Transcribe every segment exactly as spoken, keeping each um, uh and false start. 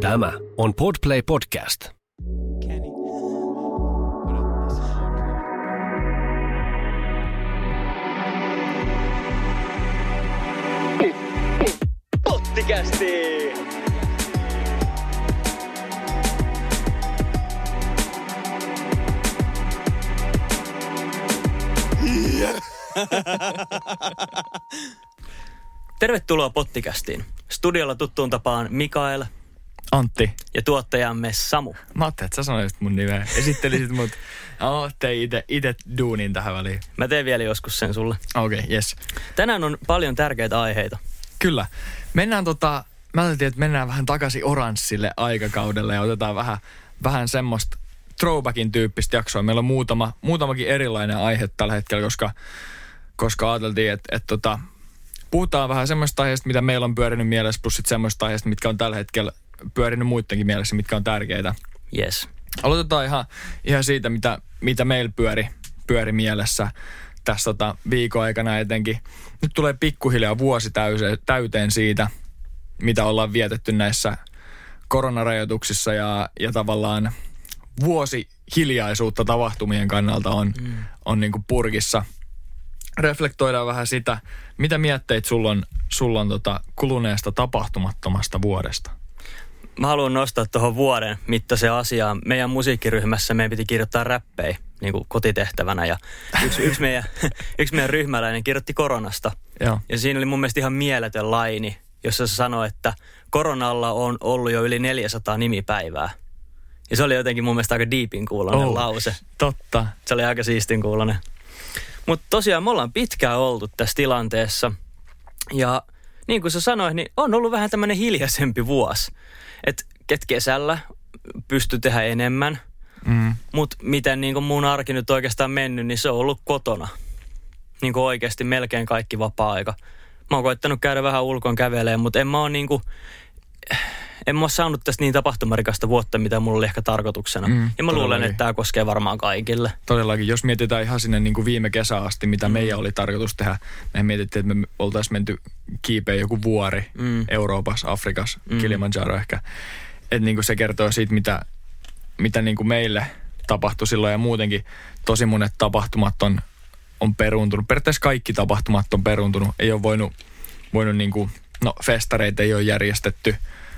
Tämä on Podplay Podcast. Kenny. Pottikästi! Tervetuloa Pottikästiin. Studiolla tuttuun tapaan Mikael, Antti ja tuottajamme Samu. Mä ajattelin, että sä sanoisit mun nimeä. Esittelisit mut. No, tein ite, ite duunin tähän väliin. Mä teen vielä joskus sen sulle. Okei, okay, yes. Tänään on paljon tärkeitä aiheita. Kyllä. Mennään tota, mä ajattelin, että mennään vähän takaisin oranssille aikakaudelle ja otetaan vähän, vähän semmoista throwbackin tyyppistä jaksoa. Meillä on muutama, muutamakin erilainen aihe tällä hetkellä, koska, koska ajateltiin, että, että tota, puhutaan vähän semmoista aiheista, mitä meillä on pyörinyt mielessä, plus sitten semmoista aiheista, mitkä on tällä hetkellä pyörinyt muidenkin mielessä, mitkä on tärkeitä. Yes. Aloitetaan ihan, ihan siitä, mitä, mitä meillä pyöri, pyöri mielessä tässä tota, viikon aikana etenkin. Nyt tulee pikkuhiljaa vuosi täyse, täyteen siitä, mitä ollaan vietetty näissä koronarajoituksissa ja, ja tavallaan vuosi hiljaisuutta tapahtumien kannalta on, mm. on niin kuin purkissa. Reflektoidaan vähän sitä, mitä mietteitä sulla on, sulla on tota kuluneesta tapahtumattomasta vuodesta. Mä haluan nostaa tuohon vuoden mittaisen asiaan. Meidän musiikkiryhmässä meidän piti kirjoittaa räppejä niin kuin kotitehtävänä. Ja yksi, yksi, meidän, yksi meidän ryhmäläinen kirjoitti koronasta. Joo. Ja siinä oli mun mielestä ihan mieletön laini, jossa se sanoi, että koronalla on ollut jo yli neljäsataa nimipäivää. Ja se oli jotenkin mun mielestä aika deepin kuulonen oh, lause. Totta. Se oli aika siistin kuulonen. Mutta tosiaan me ollaan pitkään oltu tässä tilanteessa. Ja niin kuin sä sanoit, niin on ollut vähän tämmöinen hiljaisempi vuosi. Että et kesällä pystyi tehdä enemmän. Mm. Mutta miten niin kuin mun arki nyt oikeastaan mennyt, niin se on ollut kotona. Niin kuin oikeasti melkein kaikki vapaa-aika. Mä oon koittanut käydä vähän ulkoon kävelemään, mutta en mä oon niin kuin, en mä ole saanut tästä niin tapahtumarikasta vuotta, mitä mulla oli ehkä tarkoituksena. Mm, ja mä todellakin luulen, että tämä koskee varmaan kaikille. Todellakin. Jos mietitään ihan sinne niin kuin viime kesä asti, mitä mm. meidän oli tarkoitus tehdä. Me mietittiin, että me oltaisiin menty kiipeä joku vuori mm. Euroopassa, Afrikassa, mm. Kilimanjaro ehkä. Että niin kuin se kertoo siitä, mitä, mitä niin kuin meille tapahtui silloin. Ja muutenkin tosi monet tapahtumat on, on peruuntunut. Periaatteessa kaikki tapahtumat on peruuntunut. Ei ole voinut, voinut niin kuin, no festareita ei ole järjestetty.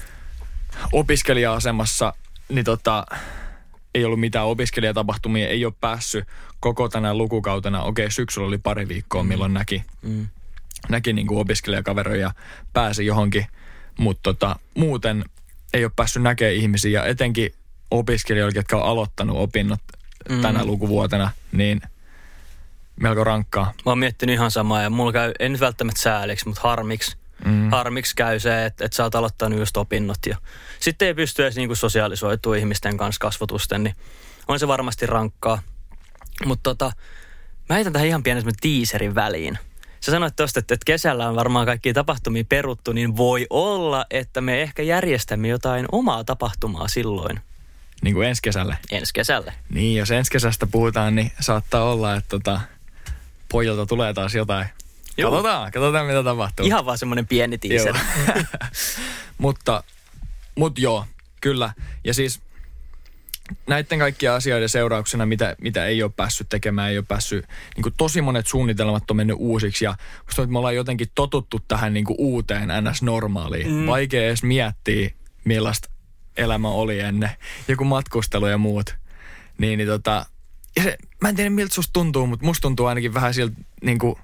Opiskelija-asemassa niin tota, ei ollut mitään opiskelijatapahtumia, ei ole päässyt koko tänä lukukautena. Okei, syksyllä oli pari viikkoa, milloin näki, mm. näki niin kuin opiskelijakaveroja, pääsi johonkin, mutta tota, muuten ei ole päässyt näkemään ihmisiä. Ja etenkin opiskelijoille, jotka on aloittanut opinnot mm. tänä lukuvuotena, niin melko rankkaa. Mä oon miettinyt ihan samaa ja mulla käy, en nyt välttämättä sääliksi, mutta harmiksi. Mm. Harmiksi käy se, että, että sä oot aloittanut just opinnot ja sitten ei pysty edes niinku sosiaalisoitua ihmisten kanssa kasvotusten, niin on se varmasti rankkaa. Mutta tota, mä heitän tähän ihan pienen teaserin väliin. Sä sanoit tosta, että, että kesällä on varmaan kaikkia tapahtumia peruttu, niin voi olla, että me ehkä järjestämme jotain omaa tapahtumaa silloin. Niin kuin ensi kesälle? Ensi kesälle. Niin, jos ensi kesästä puhutaan, niin saattaa olla, että tota, pojilta tulee taas jotain. Joo. Katsotaan, katsotaan mitä tapahtuu. Ihan vaan semmoinen pieni teaser. mutta, mutta joo, kyllä. Ja siis näiden kaikkien asioiden seurauksena, mitä, mitä ei ole päässyt tekemään, ei ole päässyt, niin kuin tosi monet suunnitelmat on mennyt uusiksi. Ja musta me ollaan jotenkin totuttu tähän niin kuin uuteen N S-normaaliin. Mm. Vaikea edes miettiä, millaista elämä oli ennen. Joku matkustelu ja muut. Niin, niin tota, ja se, mä en tiedä miltä susta tuntuu, mutta musta tuntuu ainakin vähän siltä niin kuin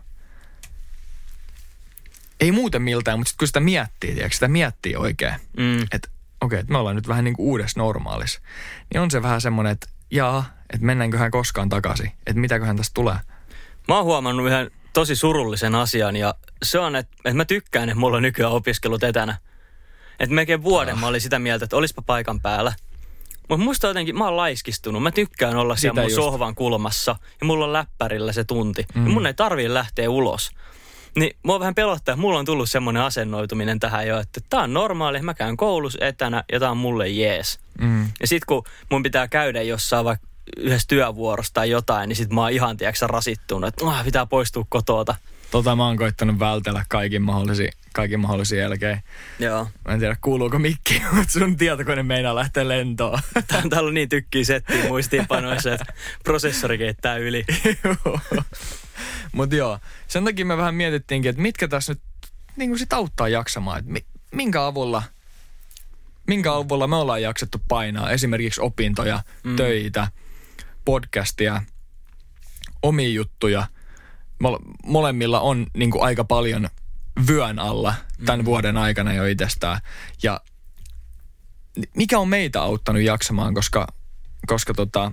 ei muuten miltään, mutta sitten kun sitä miettii, tiedätkö, sitä miettii oikein, mm. että okei, että me ollaan nyt vähän niin kuin uudessa normaalissa, niin on se vähän semmoinen, että jaa, että mennäänköhän koskaan takaisin, että mitäköhän tästä tulee. Mä oon huomannut yhden tosi surullisen asian ja se on, että, että mä tykkään, että mulla on nykyään opiskelut etänä. Että melkein vuoden ah. mä olin sitä mieltä, että olispa paikan päällä. Mutta musta jotenkin, mä oon laiskistunut. Mä tykkään olla sitä siellä mun just. sohvan kulmassa ja mulla on läppärillä se tunti. Mm. Ja mun ei tarvii lähteä ulos. Niin mua vähän pelottaa, että mulla on tullut semmoinen asennoituminen tähän jo, että tää on normaali, mä käyn koulussa etänä ja tää on mulle jees. Mm. Ja sit kun mun pitää käydä jossain vaikka yhdessä työvuorossa tai jotain, niin sit mä oon ihan tiedäksä rasittunut, että oh, pitää poistua kotoota. Tota mä oon koittanut vältellä kaikin mahdollisin, kaikin mahdollisia jälkeen. Joo. Mä en tiedä, kuuluuko mikki, mutta sun tietokone meinaa lähteä lentoon. Täällä on niin tykkiä settiä muistiinpanoissa, että prosessori keittää yli. Mutta joo, sen takia me vähän mietittiinkin, että mitkä tässä nyt niin kuin sit auttaa jaksamaan. Että minkä avulla, minkä avulla me ollaan jaksettu painaa esimerkiksi opintoja, mm. töitä, podcastia, omia juttuja. Molemmilla on niin kuin aika paljon vyön alla tämän mm. vuoden aikana jo itsestään. Ja mikä on meitä auttanut jaksamaan, koska, koska tota,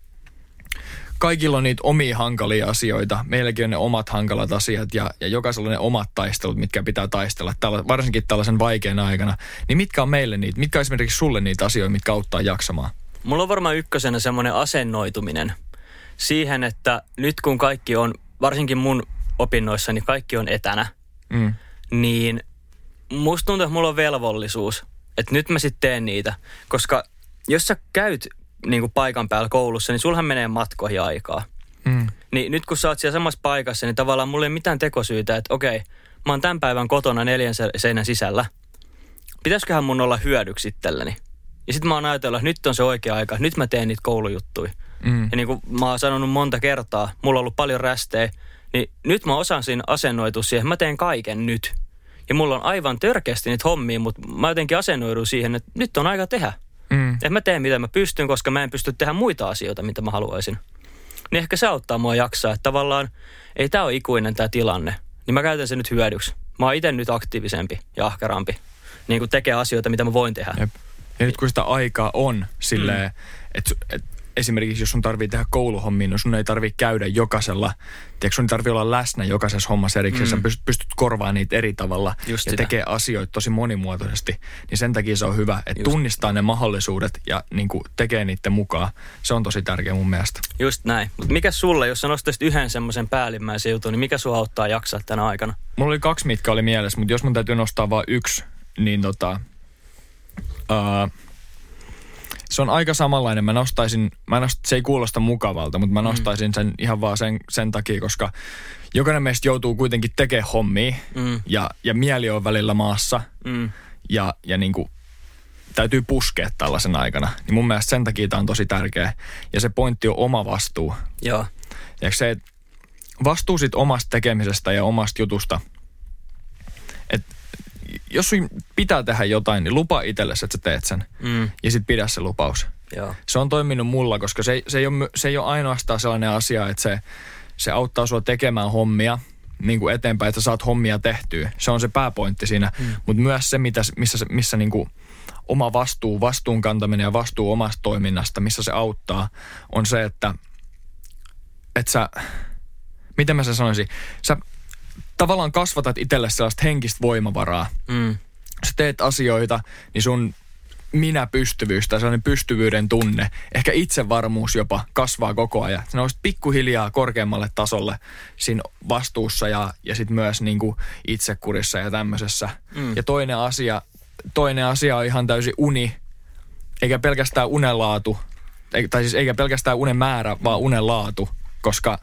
kaikilla on niitä omia hankalia asioita. Meilläkin on ne omat hankalat asiat ja, ja jokaisella on ne omat taistelut, mitkä pitää taistella, tällä, varsinkin tällaisen vaikean aikana. Niin mitkä on meille niitä? Mitkä on esimerkiksi sulle niitä asioita, mitkä auttaa jaksamaan? Mulla on varmaan ykkösenä semmoinen asennoituminen siihen, että nyt kun kaikki on, varsinkin mun opinnoissani kaikki on etänä, mm. niin musta tuntuu, että mulla on velvollisuus, että nyt mä sitten teen niitä. Koska jos sä käyt niin kuin paikan päällä koulussa, niin sulhan menee matkoihin aikaa. Mm. Niin nyt kun sä oot siellä samassa paikassa, niin tavallaan mulla ei ole mitään tekosyytä, että okei, mä oon tämän päivän kotona neljän seinän sisällä. Pitäisiköhän mun olla hyödyksi itselleni? Ja sit mä oon ajatellut, että nyt on se oikea aika, nyt mä teen niitä koulujuttuja. Mm. Ja niin kuin mä oon sanonut monta kertaa, mulla on ollut paljon rästejä, niin nyt mä osasin asennoitua siihen, mä teen kaiken nyt. Ja mulla on aivan törkeästi niitä hommia, mutta mä jotenkin asennoidun siihen, että nyt on aika tehdä. Mm. Että mä teen mitä mä pystyn, koska mä en pysty tehdä muita asioita, mitä mä haluaisin. Niin ehkä se auttaa mua jaksaa, että tavallaan ei tää ole ikuinen tää tilanne. Niin mä käytän sen nyt hyödyksi. Mä oon itse nyt aktiivisempi ja ahkerampi. Niin kuin tekee asioita, mitä mä voin tehdä. Jep. Ja nyt kun sitä aikaa on silleen, mm. että et, esimerkiksi jos sun tarvii tehdä kouluhommia, niin sun ei tarvii käydä jokaisella, tiedätkö, sun ei tarvii olla läsnä jokaisessa hommassa erikseen, mm. sä pystyt, pystyt korvaamaan niitä eri tavalla Just ja sitä. tekee asioita tosi monimuotoisesti, niin sen takia se on hyvä, että Just. tunnistaa ne mahdollisuudet ja niin kuin tekee niiden mukaan. Se on tosi tärkeä mun mielestä. Just näin. Mutta mikä sulle, jos sä nostaisit yhden semmoisen päällimmäisen jutun, niin mikä sua auttaa jaksaa tänä aikana? Mulla oli kaksi, mitkä oli mielessä, mutta jos mun täytyy nostaa vaan yksi, niin tota... Uh, se on aika samanlainen. Mä nostaisin, mä nost, se ei kuulosta mukavalta, mutta mä nostaisin sen ihan vaan sen, sen takia, koska jokainen meistä joutuu kuitenkin tekemään hommia mm. ja, ja mieli on välillä maassa mm. ja, ja niin kuin täytyy puskea tällaisen aikana. Niin mun mielestä sen takia tää on tosi tärkeä. Ja se pointti on oma vastuu. Joo. Ja se, että vastuu sit omasta tekemisestä ja omasta jutusta, että jos sun pitää tehdä jotain, niin lupa itsellesi, että sä teet sen. Mm. Ja sit pidä se lupaus. Joo. Se on toiminut mulla, koska se, se, ei ole, se ei ole ainoastaan sellainen asia, että se, se auttaa sua tekemään hommia niin kuin eteenpäin, että sä saat hommia tehtyä. Se on se pääpointti siinä. Mm. Mutta myös se, mitä, missä, missä niin kuin oma vastuu, vastuun kantaminen ja vastuu omasta toiminnasta, missä se auttaa, on se, että, että sä, miten mä sen sanoisin, sä tavallaan kasvatat itselle sellaista henkistä voimavaraa. Mm. Sä teet asioita, niin sun minä-pystyvyys tai sellainen pystyvyyden tunne, ehkä itsevarmuus jopa kasvaa koko ajan. Sä nousit pikkuhiljaa korkeammalle tasolle siinä vastuussa ja, ja sitten myös niinku itsekurissa ja tämmöisessä. Mm. Ja toinen asia, toinen asia on ihan täysin uni, eikä pelkästään unenlaatu, tai siis eikä pelkästään unen määrä, vaan unen laatu, koska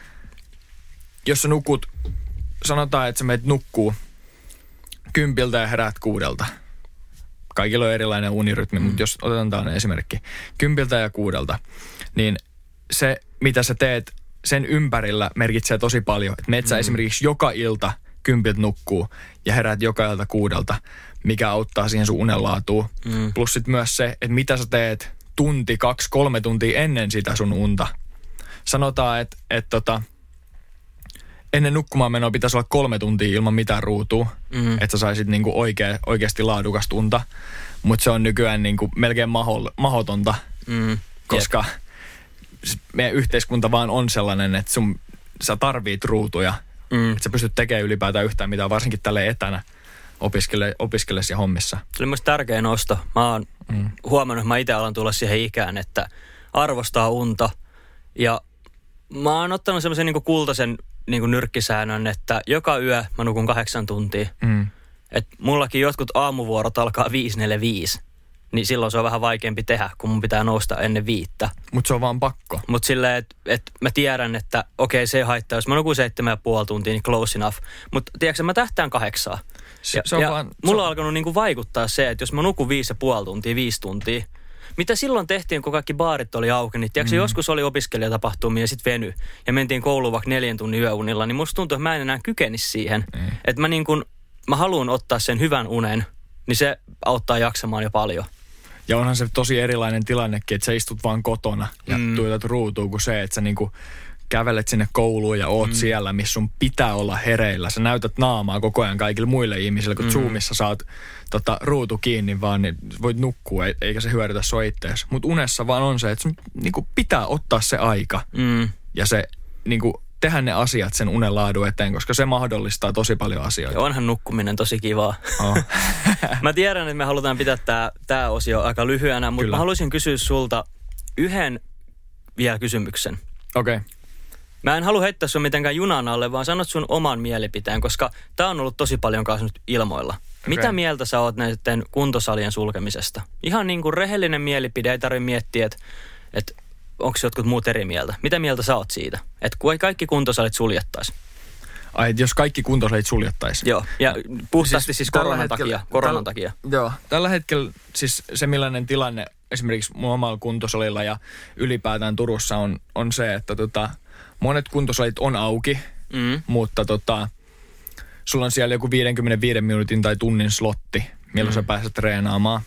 jos sä nukut, sanotaan, että sä menet nukkuu kympiltä ja heräät kuudelta. Kaikilla on erilainen unirytmi, mm. mutta jos otetaan tällainen esimerkki. Kympiltä ja kuudelta, niin se, mitä sä teet sen ympärillä, merkitsee tosi paljon. Että meet sä mm. esimerkiksi joka ilta kympiltä nukkuu ja heräät joka ilta kuudelta, mikä auttaa siihen sun unenlaatuun. Mm. Plus sit myös se, että mitä sä teet tunti, kaksi, kolme tuntia ennen sitä sun unta. Sanotaan, että et tota... ennen nukkumaan menoa pitäisi olla kolme tuntia ilman mitään ruutua, mm. että sä saisit niinku oikea, oikeasti laadukasta unta. Mutta se on nykyään niinku melkein maho, mahotonta, mm. koska yep. meidän yhteiskunta vaan on sellainen, että sun, sä tarvit ruutuja. Mm. Että sä pystyt tekemään ylipäätään yhtään mitään, varsinkin tälle etänä opiskele, opiskellessa ja hommissa. Se oli myös tärkeä nosto. Mä oon mm. huomannut, että mä itse alan tulla siihen ikään, että arvostaa unta. Ja mä oon ottanut semmoisen niinku kultaisen niin kuin nyrkkisäännön, että joka yö mä nukun kahdeksan tuntia. Mm. Että mullakin jotkut aamuvuorot alkaa viisi neljä viisi. niin silloin se on vähän vaikeampi tehdä, kun mun pitää nousta ennen viittä. Mutta se on vaan pakko. Mutta silleen, että et mä tiedän, että okei, se ei haittaa, jos mä nukun seitsemän ja puoli tuntia, niin close enough. Mutta tiedätkö, mä tähtään kahdeksaa. Se, ja se on ja vaan, mulla se on alkanut niinku vaikuttaa se, että jos mä nukun viisi ja puoli tuntia, viisi tuntia, mitä silloin tehtiin, kun kaikki baarit oli auki, niin tiedätkö, mm. joskus oli opiskelijatapahtumia ja sitten veny. Ja mentiin kouluun vaikka neljän tunnin yöunilla, niin musta tuntuu, että mä en enää kykenisi siihen. Mm. Että mä, niin kun, mä haluan ottaa sen hyvän unen, niin se auttaa jaksamaan jo paljon. Ja onhan se tosi erilainen tilannekin, että sä istut vaan kotona ja mm. tuijotat ruutuun, kuin se, että sä niinku kävelet sinne kouluun ja oot mm. siellä, missä sun pitää olla hereillä. Sä näytät naamaa koko ajan kaikille muille ihmisille, kun mm. Zoomissa saat tota, ruutu kiinni vaan, niin voit nukkua, eikä se hyödytä sua ittees. Mutta unessa vaan on se, että sun niinku pitää ottaa se aika mm. ja se niinku tehdä ne asiat sen unen laadun eteen, koska se mahdollistaa tosi paljon asioita. Ja onhan nukkuminen tosi kivaa. Oh. Mä tiedän, että me halutaan pitää tää, tää osio aika lyhyenä, mutta mä haluaisin kysyä sulta yhden vielä kysymyksen. Okei. Okay. Mä en halua heittää sun mitenkään junan alle, vaan sanot sun oman mielipiteen, koska tää on ollut tosi paljon kanssa nyt ilmoilla. Okay. Mitä mieltä sä oot näiden kuntosalien sulkemisesta? Ihan niin kuin rehellinen mielipide, ei tarvitse miettiä, että, että onko jotkut muut eri mieltä. Mitä mieltä sä oot siitä? Että kun ei kaikki kuntosalit suljettaisiin. Ai, jos kaikki kuntosalit suljettaisiin. Joo, ja puhtaasti siis, siis koronan hetkellä, takia. Koronan täl, takia. Joo, tällä hetkellä siis se millainen tilanne esimerkiksi mun omalla kuntosalilla ja ylipäätään Turussa on, on se, että tota, monet kuntosalit on auki, mm. mutta tota, sulla on siellä joku viidenkymmenenviiden minuutin tai tunnin slotti, milloin mm. sä pääset treenaamaan.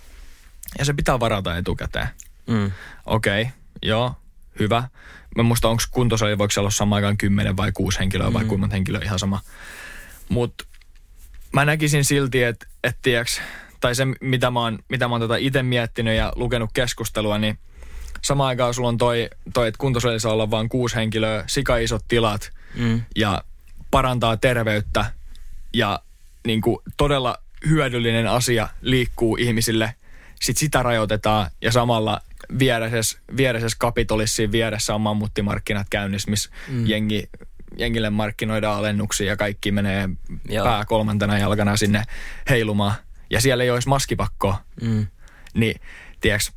Ja se pitää varata etukäteen. Mm. Okei, okay, joo, hyvä. Mä muista, onko kuntosali, voiko siellä olla samaan aikaan kymmenen vai kuusi henkilöä mm. vai kuinka monta henkilöä, ihan sama. Mutta mä näkisin silti, että et, tiiäks, tai se mitä mä oon, mitä mä oon tota itse miettinyt ja lukenut keskustelua, niin samaan aikaan sulla on toi, toi että kuntosali saa olla vain kuusi henkilöä, sikaisot tilat mm. ja parantaa terveyttä ja niin kuin todella hyödyllinen asia liikkuu ihmisille. Sitten sitä rajoitetaan ja samalla vieresessä, vieresessä Kapitolissa siinä vieressä on mammuttimarkkinat käynnissä, missä mm. jengi, jengille markkinoidaan alennuksia ja kaikki menee Joo. pää kolmantena jalkana sinne heilumaan. Ja siellä ei olisi maskipakkoa. Mm. Niin, tiedätkö,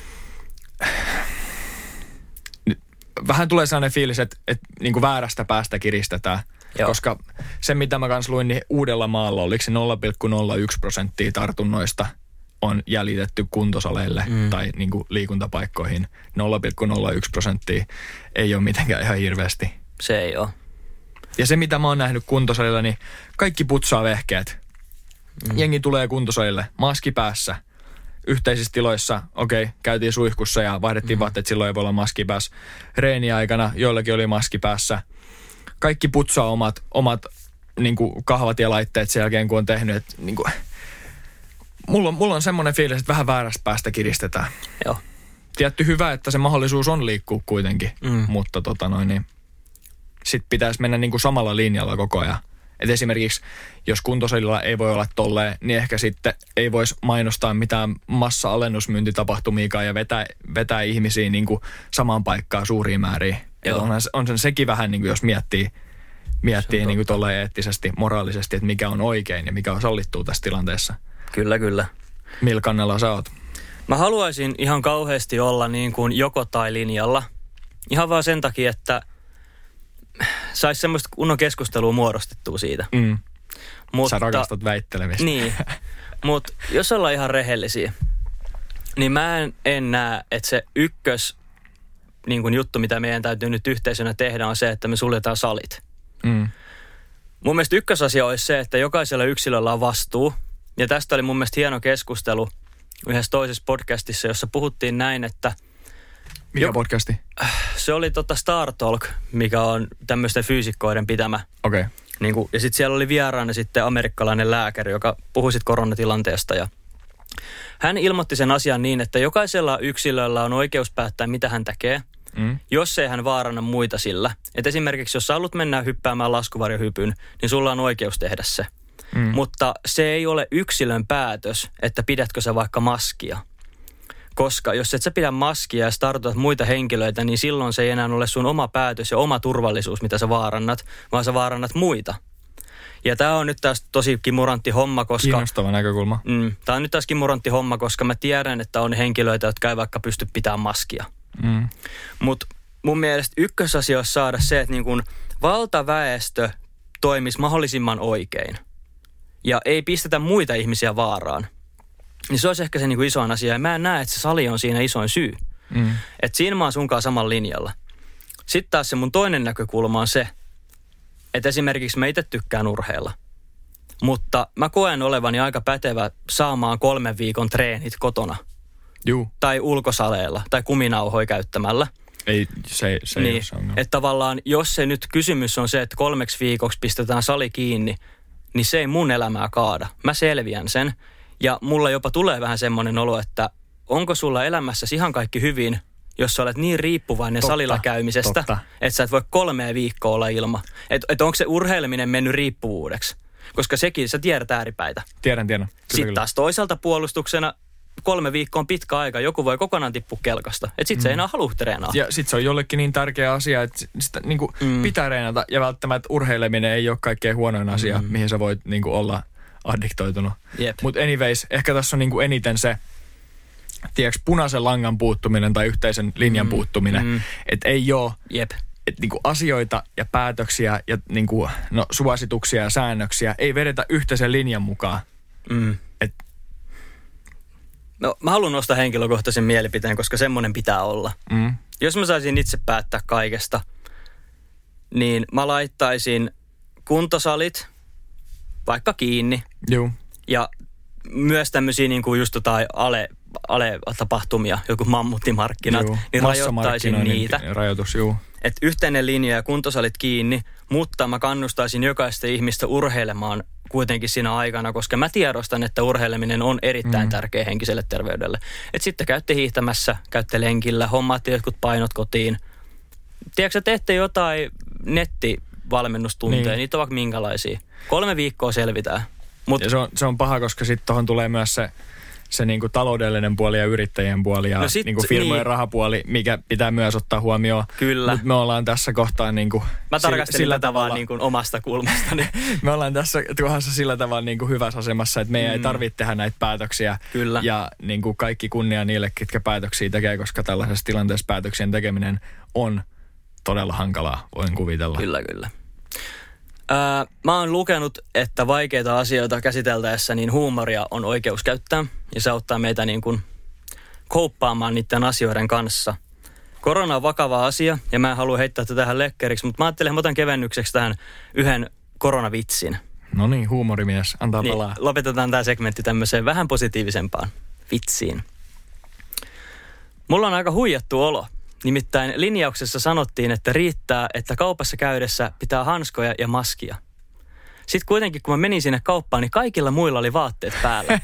vähän tulee sellainen fiilis, että, että niin kuin väärästä päästä kiristetään. Joo. Koska se, mitä mä kanssa luin, niin Uudellamaalla oliko se nolla pilkku nolla yksi prosenttia tartunnoista on jäljitetty kuntosaleille mm. tai niin kuin liikuntapaikkoihin. nolla pilkku nolla yksi prosenttia ei ole mitenkään ihan hirveästi. Se ei ole. Ja se, mitä mä oon nähnyt kuntosalilla, niin kaikki putsaa vehkeet. Mm. Jengi tulee kuntosalille, maski päässä. Yhteisissä tiloissa, okei, okay, käytiin suihkussa ja vaihdettiin mm. vaatteet, silloin ei voi olla maski päässä. Reeni-aikana joillakin oli maski päässä. Kaikki putsaa omat, omat niin kuin kahvat ja laitteet sen jälkeen, kun on tehnyt. Että, niin kuin, mulla, on, mulla on semmoinen fiilis, että vähän väärästä päästä kiristetään. Joo. Tietty hyvä, että se mahdollisuus on liikkua kuitenkin, mm. mutta tota noin, niin sit pitäisi mennä niin kuin samalla linjalla koko ajan. Et esimerkiksi, jos kuntosalilla ei voi olla tolleen, niin ehkä sitten ei voisi mainostaa mitään massa-alennusmyyntitapahtumiikaan ja vetää, vetää ihmisiä niin kuin samaan paikkaan suuriin määriin. On, on sen sekin vähän, niin kuin jos miettii, miettii niin kuin tolleen eettisesti, moraalisesti, että mikä on oikein ja mikä on sallittua tässä tilanteessa. Kyllä, kyllä. Millä kannalla sä oot? Mä haluaisin ihan kauheasti olla niin kuin joko tai linjalla. Ihan vaan sen takia, että saisi semmoista kunnon keskustelua muodostettua siitä. Mm. Mutta, sä rakastat väittelemistä. Niin, mutta jos ollaan ihan rehellisiä, niin mä en, en näe, että se ykkös niin kuin juttu, mitä meidän täytyy nyt yhteisönä tehdä, on se, että me suljetaan salit. Mm. Mun mielestä ykkösasia olisi se, että jokaisella yksilöllä on vastuu. Ja tästä oli mun mielestä hieno keskustelu yhdessä toisessa podcastissa, jossa puhuttiin näin, että mikä jo, podcasti? Se oli tota Star Talk, mikä on tämmöisten fyysikkoiden pitämä. Okei. Okay. Niin kuin, ja sitten siellä oli vieraana sitten amerikkalainen lääkäri, joka puhui sitten koronatilanteesta. Ja hän ilmoitti sen asian niin, että jokaisella yksilöllä on oikeus päättää, mitä hän tekee, mm. jos ei hän vaaranna muita sillä. Et esimerkiksi, jos sä haluat mennä hyppäämään laskuvarjohypyn, niin sulla on oikeus tehdä se. Mm. Mutta se ei ole yksilön päätös, että pidätkö sä vaikka maskia. Koska jos et sä pidä maskia ja startutat muita henkilöitä, niin silloin se ei enää ole sun oma päätös ja oma turvallisuus, mitä sä vaarannat, vaan sä vaarannat muita. Ja tämä on nyt taas tosi kimurantti homma, koska... Kiinnostava näkökulma. Mm, tämä on nyt taas kimurantti homma, koska mä tiedän, että on henkilöitä, jotka ei vaikka pysty pitämään maskia. Mm. Mutta mun mielestä ykkösasia olisi saada se, että niin kun valtaväestö toimisi mahdollisimman oikein. Ja ei pistetä muita ihmisiä vaaraan. Niin se olisi ehkä se niin kuin isoin asia. Ja mä en näe, että se sali on siinä isoin syy. Mm. Että siinä mä oon sunkaan samalla linjalla. Sitten taas se mun toinen näkökulma on se, että esimerkiksi mä itse tykkään urheilla. Mutta mä koen olevani aika pätevä saamaan kolmen viikon treenit kotona. Juu. Tai ulkosaleilla tai kuminauhoja käyttämällä. Ei, se, se niin, ei ole se ongelma. Että tavallaan, jos se nyt kysymys on se, että kolmeksi viikoksi pistetään sali kiinni, niin se ei mun elämää kaada. Mä selviän sen. Ja mulla jopa tulee vähän semmoinen olo, että onko sulla elämässäsi ihan kaikki hyvin, jos sä olet niin riippuvainen totta, salilla käymisestä, totta. Että sä et voi kolmea viikkoa olla ilman. Että et onko se urheileminen mennyt riippuvuudeksi? Koska sekin, sä tiedät ääripäitä. Tiedän, tiedän. Kyllä, sitten kyllä. taas toisaalta puolustuksena kolme viikkoa on pitkä aika. Joku voi kokonaan tippua kelkasta. Että sit mm. se ei enää halua treenaa. Ja sit se on jollekin niin tärkeä asia, että sitä niin kuin mm. pitää treenata. Ja välttämättä urheileminen ei ole kaikkein huonoin asia, mm. mihin sä voit niin kuin olla addiktoitunut. Mutta anyways, ehkä tässä on niin kuin eniten se, tiedätkö, punaisen langan puuttuminen tai yhteisen linjan mm. puuttuminen. Mm. Että ei ole Jep. Et niinku asioita ja päätöksiä ja niinku, no, suosituksia ja säännöksiä ei vedetä yhteisen linjan mukaan. Mm. Et... No mä haluan nostaa henkilökohtaisen mielipiteen, koska semmoinen pitää olla. Mm. Jos mä saisin itse päättää kaikesta, niin mä laittaisin kuntosalit vaikka kiinni. Juu. Ja myös tämmöisiä niinku just jotain ale, ale-tapahtumia, joku mammuttimarkkinat, juu. Niin rajoittaisin niitä. Rajoitus, juu. Että yhteinen linja ja kuntosalit kiinni, mutta mä kannustaisin jokaista ihmistä urheilemaan kuitenkin siinä aikana, koska mä tiedostan, että urheileminen on erittäin mm. tärkeä henkiselle terveydelle. Että sitten käytte hiihtämässä, käytte lenkillä, hommaatte jotkut painot kotiin. Tiedätkö, että teette jotain nettivalmennustunteja, niin. Niitä on vaikka minkälaisia. Kolme viikkoa selvitään. Mut, ja se on, se on paha, koska sitten tuohon tulee myös se, se niinku taloudellinen puoli ja yrittäjien puoli ja no sit, niinku firmojen niin. rahapuoli, mikä pitää myös ottaa huomioon. Kyllä. Mutta me ollaan tässä kohtaa niinku... Mä tarkastelin sillä tavalla niinku omasta kulmastani. Me ollaan tässä kohdassa sillä tavalla niinku hyvässä asemassa, että meidän mm. ei tarvitse tehdä näitä päätöksiä. Kyllä. Ja niinku kaikki kunnia niille, ketkä päätöksiä tekee, koska tällaisessa tilanteessa päätöksien tekeminen on todella hankalaa, voin kuvitella. Kyllä, kyllä. Ää, mä oon lukenut, että vaikeita asioita käsiteltäessä niin huumoria on oikeus käyttää ja se auttaa meitä niin kuin kouppaamaan niiden asioiden kanssa. Korona on vakava asia ja mä en halua heittää tätä tähän lekkeriksi, mutta mä ajattelin, että mä otan kevennykseksi tähän yhden koronavitsin. No niin, huumorimies, antaa niin, palaa. Lopetetaan tämä segmentti tämmöiseen vähän positiivisempaan vitsiin. Mulla on aika huijattu olo. Nimittäin linjauksessa sanottiin, että riittää, että kaupassa käydessä pitää hanskoja ja maskia. Sitten kuitenkin, kun mä menin sinne kauppaan, niin kaikilla muilla oli vaatteet päällä.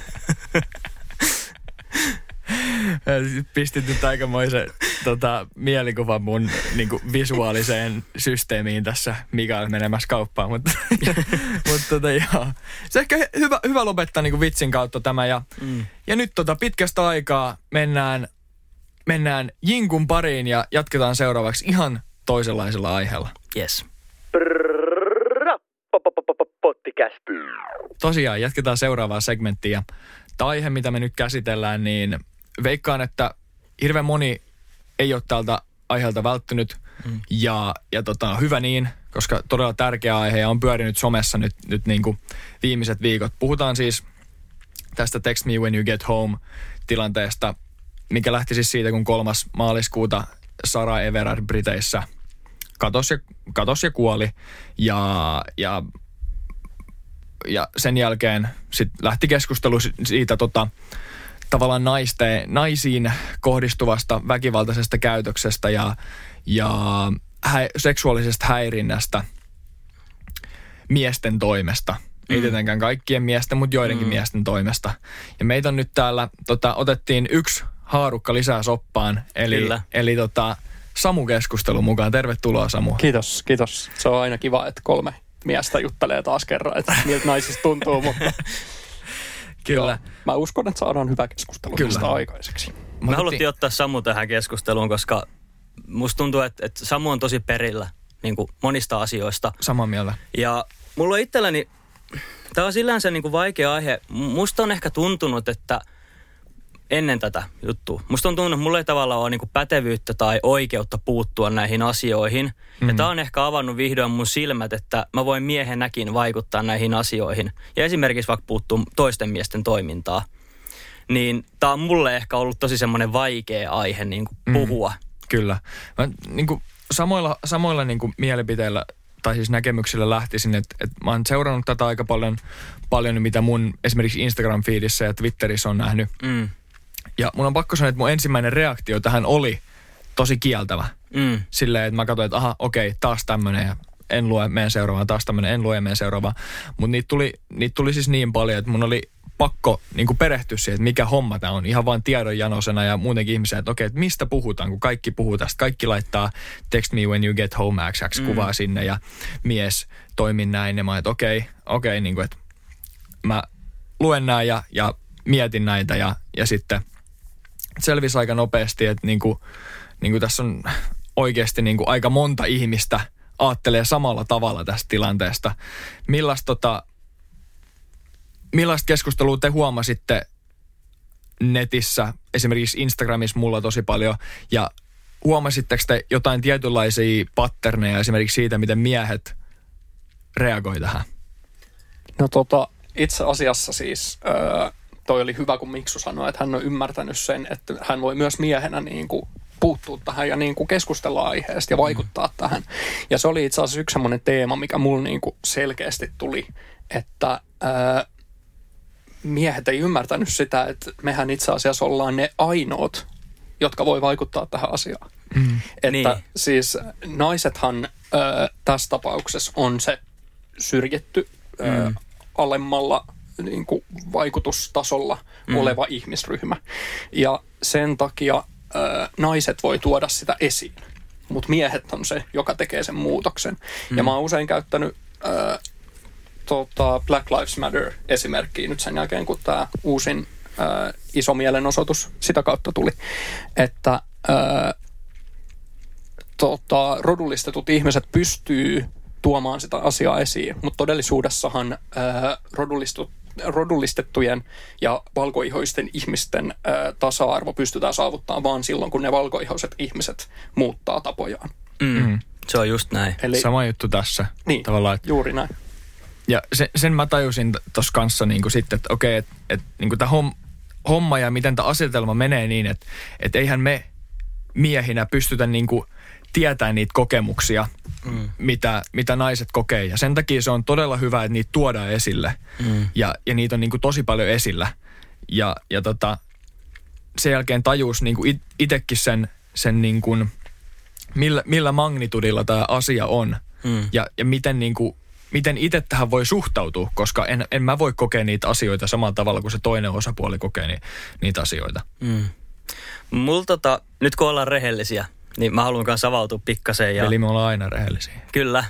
Pistit nyt aikamoisen tota, mielikuvan mun niinku, visuaaliseen systeemiin tässä Mikael menemässä kauppaan. Mutta mut, tota, joo. Se ehkä hyvä, hyvä lopettaa niinku, vitsin kautta tämä. Ja, mm. ja nyt tota, pitkästä aikaa mennään... Mennään Jinkun pariin ja jatketaan seuraavaksi ihan toisenlaisella aiheella. Yes. Tosiaan, jatketaan seuraavaa segmenttiä. Tämä aihe, mitä me nyt käsitellään, niin veikkaan, että hirveän moni ei ole tältä aiheelta välttynyt. Mm. Ja, ja tota, hyvä niin, koska todella tärkeä aihe ja on pyörinyt somessa nyt, nyt niin kuin viimeiset viikot. Puhutaan siis tästä Text Me When You Get Home -tilanteesta, mikä lähti siis siitä, kun kolmas maaliskuuta Sarah Everard Briteissä katosi ja, katos ja kuoli. Ja, ja, ja sen jälkeen sit lähti keskustelu siitä tota, tavallaan naiste, naisiin kohdistuvasta väkivaltaisesta käytöksestä ja, ja hä, seksuaalisesta häirinnästä miesten toimesta. Mm. Ei tietenkään kaikkien miesten, mutta joidenkin mm. miesten toimesta. Ja meitä on nyt täällä, tota, otettiin yksi haarukka lisää soppaan, eli, eli tota, Samu-keskustelu mukaan. Tervetuloa, Samu. Kiitos, kiitos. Se on aina kiva, että kolme miestä juttelee taas kerran, että miltä naisista tuntuu, mutta kyllä. Joo, mä uskon, että saadaan hyvä keskustelu kyllä. tästä aikaiseksi. Me haluttiin ottaa Samu tähän keskusteluun, koska musta tuntuu, että, että Samu on tosi perillä niin kuin monista asioista. Samaa mieltä. Ja mulla on itselläni, tämä on sillänsä niin kuin vaikea aihe. Musta on ehkä tuntunut, että ennen tätä juttua, musta on tuntunut, että mulla ei tavallaan ole niin kuin pätevyyttä tai oikeutta puuttua näihin asioihin. Mm-hmm. Ja tämä on ehkä avannut vihdoin mun silmät, että mä voin miehenäkin vaikuttaa näihin asioihin. Ja esimerkiksi vaikka puuttuu toisten miesten toimintaa. Niin tämä on mulle ehkä ollut tosi semmoinen vaikea aihe niin kuin puhua. Mm, kyllä. Mä niin kuin samoilla, samoilla niin kuin mielipiteillä tai siis näkemyksillä lähtisin, että, että mä oon seurannut tätä aika paljon, paljon, mitä mun esimerkiksi Instagram-feedissä ja Twitterissä on nähnyt. Mm. Ja mun on pakko sanoa, että mun ensimmäinen reaktio tähän oli tosi kieltävä. Mm. Silleen, että mä katsoin, että aha, okei, taas tämmönen ja en lue meidän seuraavaan, taas tämmönen, en lue meidän seuraavaan. Mutta niitä tuli, niitä tuli siis niin paljon, että mun oli pakko niin kuin perehtyä siihen, että mikä homma tämä on. Ihan vaan tiedonjanosena ja muutenkin ihmisiä, että okei, että mistä puhutaan, kun kaikki puhuu tästä. Kaikki laittaa text me when you get home X X-kuvaa mm. sinne ja mies toimii näin. Ja mä että okei, okei, niin kuin, että mä luen nämä ja, ja mietin näitä ja, ja sitten selvisi aika nopeasti, että niin kuin, niin kuin tässä on oikeasti niin kuin aika monta ihmistä aattelee samalla tavalla tästä tilanteesta. Millaista tota, Millaista keskustelua te huomasitte netissä, esimerkiksi Instagramissa mulla tosi paljon, ja huomasitteko te jotain tietynlaisia patterneja esimerkiksi siitä, miten miehet reagoi tähän? No tota, itse asiassa siis öö, toi oli hyvä, kun Miksu sanoi, että hän on ymmärtänyt sen, että hän voi myös miehenä niin kuin puuttua tähän ja niin kuin keskustella aiheesta ja vaikuttaa mm. tähän. Ja se oli itse asiassa yksi semmoinen teema, mikä mulla niin kuin selkeästi tuli, että öö, miehet ei ymmärtänyt sitä, että mehän itse asiassa ollaan ne ainoat, jotka voi vaikuttaa tähän asiaan. Mm. Että niin. Siis naisethan ö, tässä tapauksessa on se syrjitty ö, mm. alemmalla niin kuin vaikutustasolla mm. oleva ihmisryhmä. Ja sen takia ö, naiset voi tuoda sitä esiin, mutta miehet on se, joka tekee sen muutoksen. Mm. Ja mä oon usein käyttänyt Ö, Tota, Black Lives Matter -esimerkkiä nyt sen jälkeen, kun tämä uusin ää, iso mielenosoitus sitä kautta tuli, että ää, tota, rodullistetut ihmiset pystyy tuomaan sitä asiaa esiin, mutta todellisuudessahan ää, rodullistu, rodullistettujen ja valkoihoisten ihmisten ää, tasa-arvo pystytään saavuttamaan vaan silloin, kun ne valkoihoiset ihmiset muuttaa tapojaan. Mm. Se on just näin. Eli, sama juttu tässä. Niin, tavallaan, että juuri näin. Ja sen, sen mä tajusin tuossa kanssa niin kuin sitten, että okei, että, että niin tämä homma ja miten tämä asetelma menee niin, että, että eihän me miehinä pystytä niin kuin tietämään niitä kokemuksia, mm. mitä, mitä naiset kokee. Ja sen takia se on todella hyvä, että niitä tuodaan esille. Mm. Ja, ja niitä on niin kuin tosi paljon esillä. Ja, ja tota, sen jälkeen tajus niin kuin itsekin sen, sen niin kuin, millä, millä magnitudilla tämä asia on. Mm. Ja, ja miten niin kuin miten itse tähän voi suhtautua, koska en, en mä voi kokea niitä asioita samalla tavalla kuin se toinen osapuoli kokee ni, niitä asioita. Mm. Mulla tota, nyt kun ollaan rehellisiä, niin mä haluan kanssa avautua pikkasen. Ja... Eli me ollaan aina rehellisiä. Kyllä.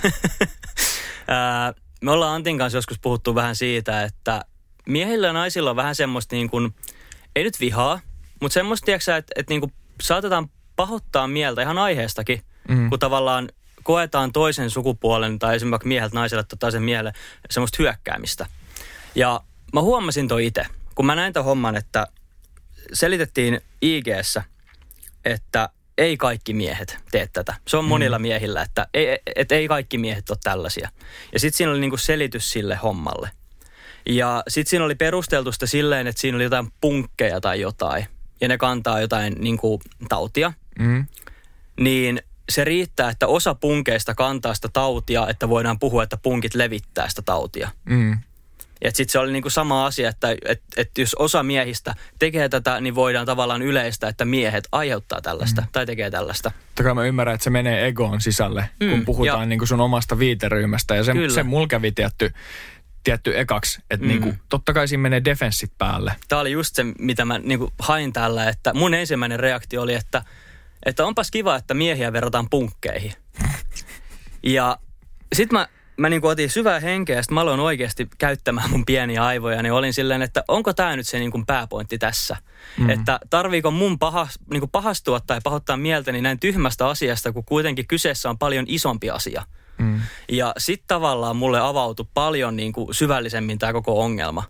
Me ollaan Antin kanssa joskus puhuttu vähän siitä, että miehillä ja naisilla on vähän semmoista niin kuin, ei nyt vihaa, mutta semmoista, tiiäksä, että, että niin kuin saatetaan pahoittaa mieltä ihan aiheestakin, mm. kun tavallaan koetaan toisen sukupuolen tai esimerkiksi mieheltä naiselle tai toisen miehelle semmoista hyökkäämistä. Ja mä huomasin toi itse, kun mä näin tämän homman, että selitettiin I G:ssä, että ei kaikki miehet tee tätä. Se on monilla miehillä, että ei, et ei kaikki miehet ole tällaisia. Ja sitten siinä oli niinku selitys sille hommalle. Ja sitten siinä oli perusteltu sitä silleen, että siinä oli jotain punkkeja tai jotain. Ja ne kantaa jotain niinku tautia. Mm. Niin se riittää, että osa punkeista kantaa sitä tautia, että voidaan puhua, että punkit levittää sitä tautia. Mm. Ja sitten se oli niinku sama asia, että et, et jos osa miehistä tekee tätä, niin voidaan tavallaan yleistä, että miehet aiheuttaa tällaista mm. tai tekee tällaista. Toki mä ymmärrän, että se menee egoon sisälle, mm. kun puhutaan ja niinku sun omasta viiteryhmästä. Ja se, se mulla kävi tietty, tietty ekaksi, että mm. niinku, totta kai siinä menee defenssit päälle. Tämä oli just se, mitä mä niinku hain tällä, että mun ensimmäinen reaktio oli, että Että onpas kiva, että miehiä verrataan punkkeihin. Ja sit mä, mä niin kuin otin syvää henkeä ja sit mä aloin oikeasti käyttämään mun pieniä aivoja. Niin olin silleen, että onko tää nyt se niin kuin pääpointti tässä? Mm. Että tarviiko mun pahas, niin kuin pahastua tai pahoittaa mieltäni näin tyhmästä asiasta, kun kuitenkin kyseessä on paljon isompi asia. Mm. Ja sitten tavallaan mulle avautui paljon niin kuin syvällisemmin tämä koko ongelma.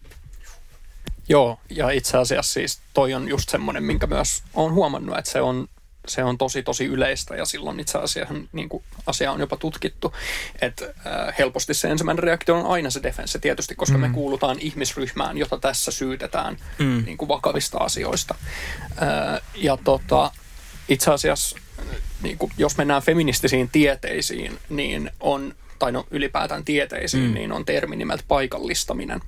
Joo, ja itse asiassa siis toi on just semmoinen, minkä myös olen huomannut, että se on, se on tosi tosi yleistä ja silloin itse asiassa niin kuin asia on jopa tutkittu, että äh, helposti se ensimmäinen reaktio on aina se defense tietysti, koska mm. me kuulutaan ihmisryhmään, jota tässä syytetään mm. niin kuin vakavista asioista. Äh, ja tota, itse asiassa niin kuin, jos mennään feministisiin tieteisiin, niin on, tai no ylipäätään tieteisiin, mm. niin on termi nimeltä paikallistaminen.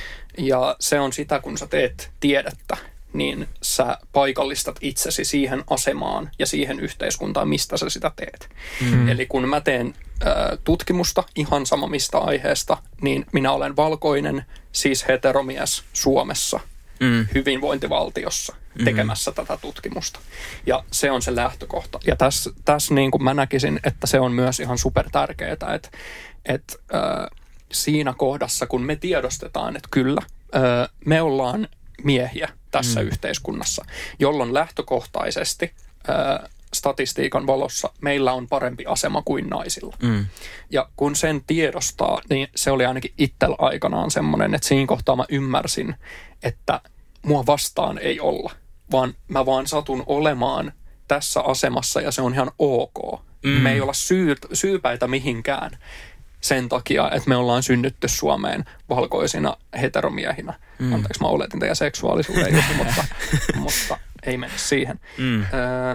Ja se on sitä, kun sä teet tiedettä, niin sä paikallistat itsesi siihen asemaan ja siihen yhteiskuntaan, mistä sä sitä teet. Mm. Eli kun mä teen ä, tutkimusta ihan sama mistä aiheesta, niin minä olen valkoinen, siis heteromies Suomessa, mm. hyvinvointivaltiossa tekemässä mm. tätä tutkimusta. Ja se on se lähtökohta. Ja tässä, tässä niin kuin mä näkisin, että se on myös ihan super tärkeää, että, että ä, siinä kohdassa, kun me tiedostetaan, että kyllä, ä, me ollaan miehiä tässä mm. yhteiskunnassa, jolloin lähtökohtaisesti ää, statistiikan valossa meillä on parempi asema kuin naisilla. Mm. Ja kun sen tiedostaa, niin se oli ainakin itsellä aikanaan semmoinen, että siinä kohtaa mä ymmärsin, että mua vastaan ei olla, vaan mä vaan satun olemaan tässä asemassa ja se on ihan ok. Mm. Me ei olla syy, syypäitä mihinkään sen takia, että me ollaan synnytty Suomeen valkoisina heteromiehinä. Mm. Anteeksi, mä oletin teidän seksuaalisuuden juttu, mutta, mutta ei mene siihen. Mm. Öö,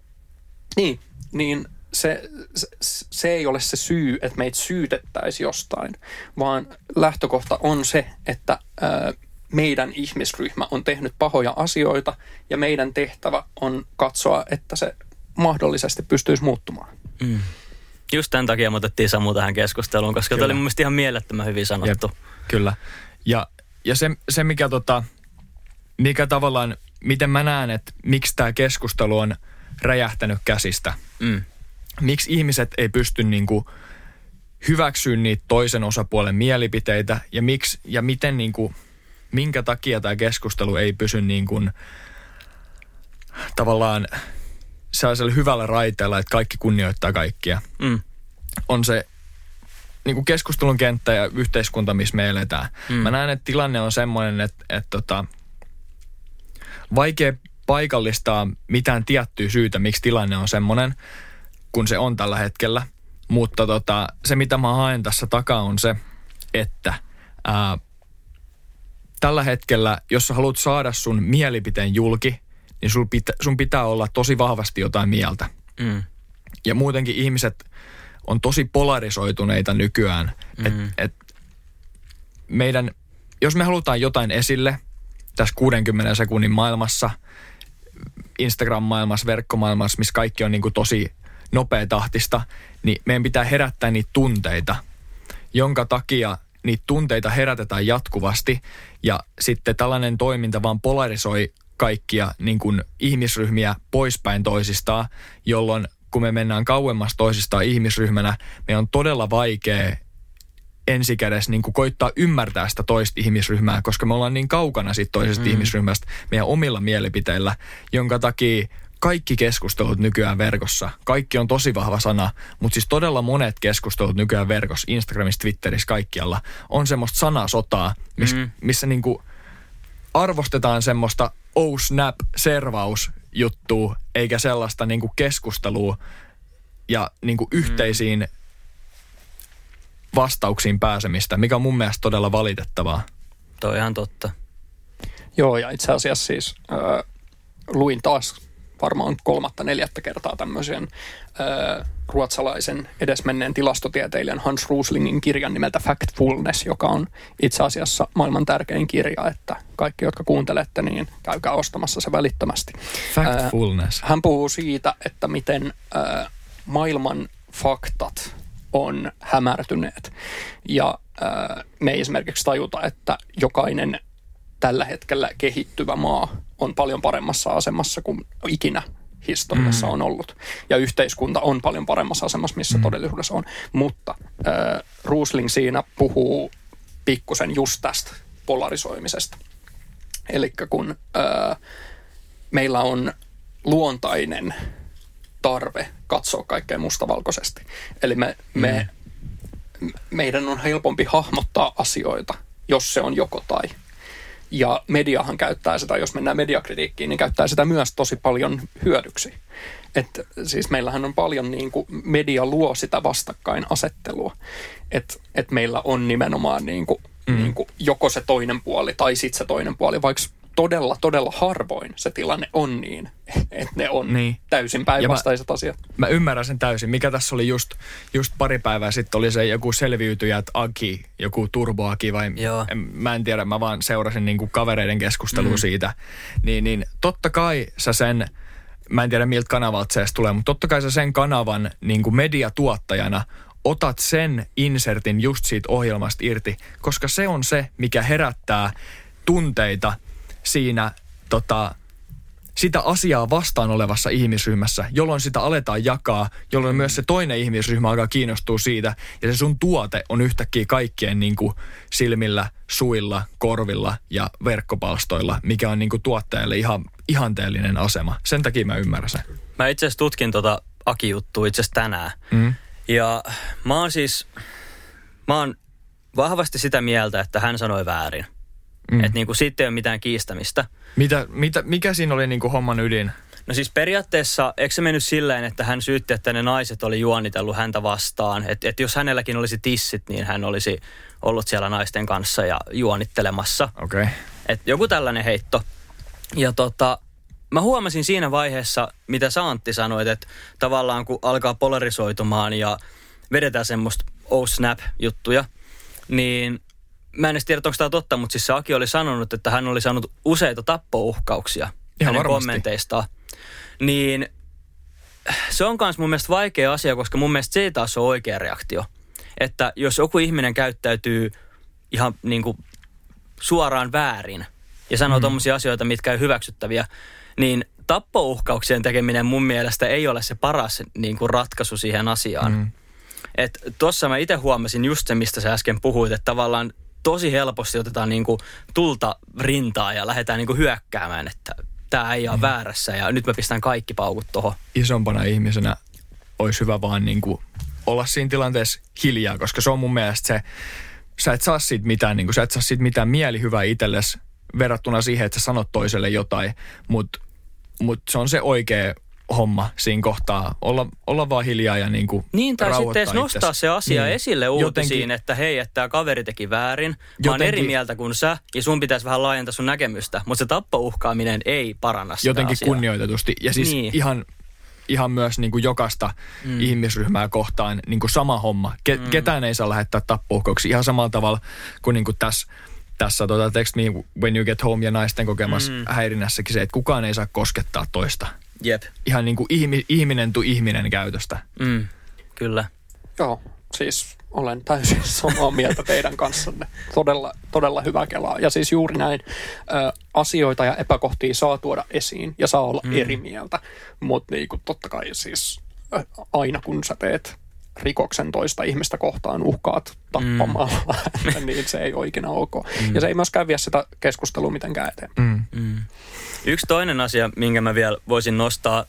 niin, niin se, se, se ei ole se syy, että meitä syytettäisiin jostain, vaan lähtökohta on se, että öö, meidän ihmisryhmä on tehnyt pahoja asioita ja meidän tehtävä on katsoa, että se mahdollisesti pystyisi muuttumaan. Mm. Just tämän takia me otettiin Samu tähän keskusteluun, koska tämä oli mun mielestä ihan mielettömän hyvin sanottu. Jep, kyllä. Ja, ja se, se mikä, tota, mikä tavallaan, miten mä näen, että miksi tämä keskustelu on räjähtänyt käsistä. Mm. Miksi ihmiset ei pysty niinku hyväksyä niitä toisen osapuolen mielipiteitä ja, miksi, ja miten niinku, minkä takia tämä keskustelu ei pysy niinku, tavallaan sellaisella hyvällä raiteella, että kaikki kunnioittaa kaikkia. Mm. On se niin kuin keskustelun kenttä ja yhteiskunta, missä me eletään. Mm. Mä näen, että tilanne on semmoinen, että, että tota, vaikea paikallistaa mitään tiettyä syytä, miksi tilanne on semmoinen, kun se on tällä hetkellä. Mutta tota, se, mitä mä haen tässä takaa, on se, että ää, tällä hetkellä, jos sä haluat saada sun mielipiteen julki, niin sun pitää, sun pitää olla tosi vahvasti jotain mieltä. Mm. Ja muutenkin ihmiset on tosi polarisoituneita nykyään. Mm. Et, et meidän, jos me halutaan jotain esille tässä kuudenkymmenen sekunnin maailmassa, Instagram-maailmassa, verkkomaailmassa, missä kaikki on niinku tosi nopeatahtista, niin meidän pitää herättää niitä tunteita, jonka takia niitä tunteita herätetään jatkuvasti. Ja sitten tällainen toiminta vaan polarisoi kaikkia niin kuin ihmisryhmiä poispäin toisistaan, jolloin kun me mennään kauemmas toisistaan ihmisryhmänä, me on todella vaikea ensikädessä niin kuin koittaa ymmärtää sitä toista ihmisryhmää, koska me ollaan niin kaukana siitä toisesta mm. ihmisryhmästä meidän omilla mielipiteillä, jonka takia kaikki keskustelut nykyään verkossa, kaikki on tosi vahva sana, mutta siis todella monet keskustelut nykyään verkossa, Instagramissa, Twitterissä, kaikkialla, on semmoista sanasotaa, miss, mm. missä niin kuin arvostetaan semmoista oh snap servausjuttua, eikä sellaista niinku keskustelua ja niinku yhteisiin mm. vastauksiin pääsemistä, mikä on mun mielestä todella valitettavaa. Toi on ihan totta. Joo, ja itse asiassa siis äh, luin taas varmaan kolmatta, neljättä kertaa tämmöisen äh, ruotsalaisen edesmenneen tilastotieteilijän Hans Roslingin kirjan nimeltä Factfulness, joka on itse asiassa maailman tärkein kirja, että kaikki, jotka kuuntelette, niin käykää ostamassa se välittömästi. Factfulness. Äh, hän puhuu siitä, että miten äh, maailman faktat on hämärtyneet. Ja äh, me ei esimerkiksi tajuta, että jokainen tällä hetkellä kehittyvä maa on paljon paremmassa asemassa kuin ikinä historiassa mm. on ollut. Ja yhteiskunta on paljon paremmassa asemassa, missä mm. todellisuudessa on. Mutta äh, Rusling siinä puhuu pikkusen just tästä polarisoimisesta. Eli kun äh, meillä on luontainen tarve katsoa kaikkea mustavalkoisesti. Eli me, me, mm. meidän on helpompi hahmottaa asioita, jos se on joko tai. Ja mediahan käyttää sitä, jos mennään mediakritiikkiin, niin käyttää sitä myös tosi paljon hyödyksi. Että siis meillähän on paljon, niin kuin media luo sitä vastakkainasettelua. Että et meillä on nimenomaan niin kuin, mm. niin kuin joko se toinen puoli tai sitten se toinen puoli, vaikka todella, todella harvoin se tilanne on niin, että ne on niin täysin päinvastaiset asiat. Mä ymmärrän sen täysin. Mikä tässä oli just, just pari päivää sitten, oli se joku selviytyjät Aki, joku Turbo Aki vai en, mä en tiedä, mä vaan seurasin niinku kavereiden keskustelua mm. siitä. Niin, niin totta kai sä sen, mä en tiedä miltä kanavalta se edes tulee, mutta totta kai sä sen kanavan niinku mediatuottajana otat sen insertin just siitä ohjelmasta irti, koska se on se, mikä herättää tunteita siinä tota, sitä asiaa vastaan olevassa ihmisryhmässä, jolloin sitä aletaan jakaa, jolloin myös se toinen ihmisryhmä alkaa kiinnostua siitä, ja se sun tuote on yhtäkkiä kaikkien niin kuin silmillä, suilla, korvilla ja verkkopalstoilla, mikä on niin kuin tuottajalle ihan ihanteellinen asema. Sen takia mä ymmärrän sen. Mä itse asiassa tutkin tota Aki-juttua itse asiassa tänään. Mm. Ja mä oon siis, mä oon vahvasti sitä mieltä, että hän sanoi väärin. Mm. Että niinku siitä ei ole mitään kiistämistä. Mitä, mitä, mikä siinä oli niinku homman ydin? No siis periaatteessa, eikö se mennyt silleen, että hän syytti, että ne naiset oli juonitellut häntä vastaan. Että et jos hänelläkin olisi tissit, niin hän olisi ollut siellä naisten kanssa ja juonittelemassa. Okei. Okay. Että joku tällainen heitto. Ja tota, mä huomasin siinä vaiheessa, mitä sä Antti sanoit, että tavallaan kun alkaa polarisoitumaan ja vedetään semmoista oh snap-juttuja, niin mä en edes tiedä, onko tämä totta, mutta siis se Aki oli sanonut, että hän oli saanut useita tappouhkauksia ihan hänen varmasti kommenteistaan. Niin se on myös mun mielestä vaikea asia, koska mun mielestä se ei taas ole oikea reaktio. Että jos joku ihminen käyttäytyy ihan niin kuin suoraan väärin ja sanoo mm. tommosia asioita, mitkä ei hyväksyttäviä, niin tappouhkauksien tekeminen mun mielestä ei ole se paras niin kuin ratkaisu siihen asiaan. Mm. Että tossa mä itse huomasin just se, mistä sä äsken puhuit, että tavallaan tosi helposti otetaan niinku tulta rintaa ja lähdetään niinku hyökkäämään, että tää ei ole mm. väärässä ja nyt mä pistän kaikki paukut tohon. Isompana ihmisenä olisi hyvä vaan niinku olla siinä tilanteessa hiljaa, koska se on mun mielestä se, sä et saa siitä mitään, niinku, sä et saa siitä mitään mielihyvää itsellesi verrattuna siihen, että sä sanot toiselle jotain, mutta mut se on se oikea homma siinä kohtaa. Olla, olla vaan hiljaa ja niinku niin, tai sitten edes nostaa itses. se asia niin. esille uutisiin, jotenkin, että hei, että tämä kaveri teki väärin. Mä jotenkin, oon eri mieltä kuin sä, ja sun pitäisi vähän laajentaa sun näkemystä. Mutta se tappouhkaaminen ei paranna sitä jotenkin asiaa. Kunnioitetusti. Ja siis niin. ihan, ihan myös niinku jokaista mm. ihmisryhmää kohtaan niinku sama homma. Ke, mm. Ketään ei saa lähettää tappouhkauksia. Ihan samalla tavalla kuin niinku tässä, tässä tota, Text Me When You Get Home ja naisten kokemassa mm. häirinnässäkin se, että kukaan ei saa koskettaa toista. Jep. Ihan niin kuin ihmi, ihminen tu ihminen käytöstä. Mm, kyllä. Joo, siis olen täysin samaa mieltä teidän kanssanne. Todella, todella hyvä kelaa. Ja siis juuri näin ä, asioita ja epäkohtia saa tuoda esiin ja saa olla mm. eri mieltä. Mutta niin kuin totta kai siis ä, aina kun sä teet rikoksen toista ihmistä kohtaan, uhkaat tappamalla, mm. niin se ei ole ikinä ok. Mm. Ja se ei myöskään vie sitä keskustelua mitenkään eteenpäin. Mm. Mm. Yksi toinen asia, minkä mä vielä voisin nostaa,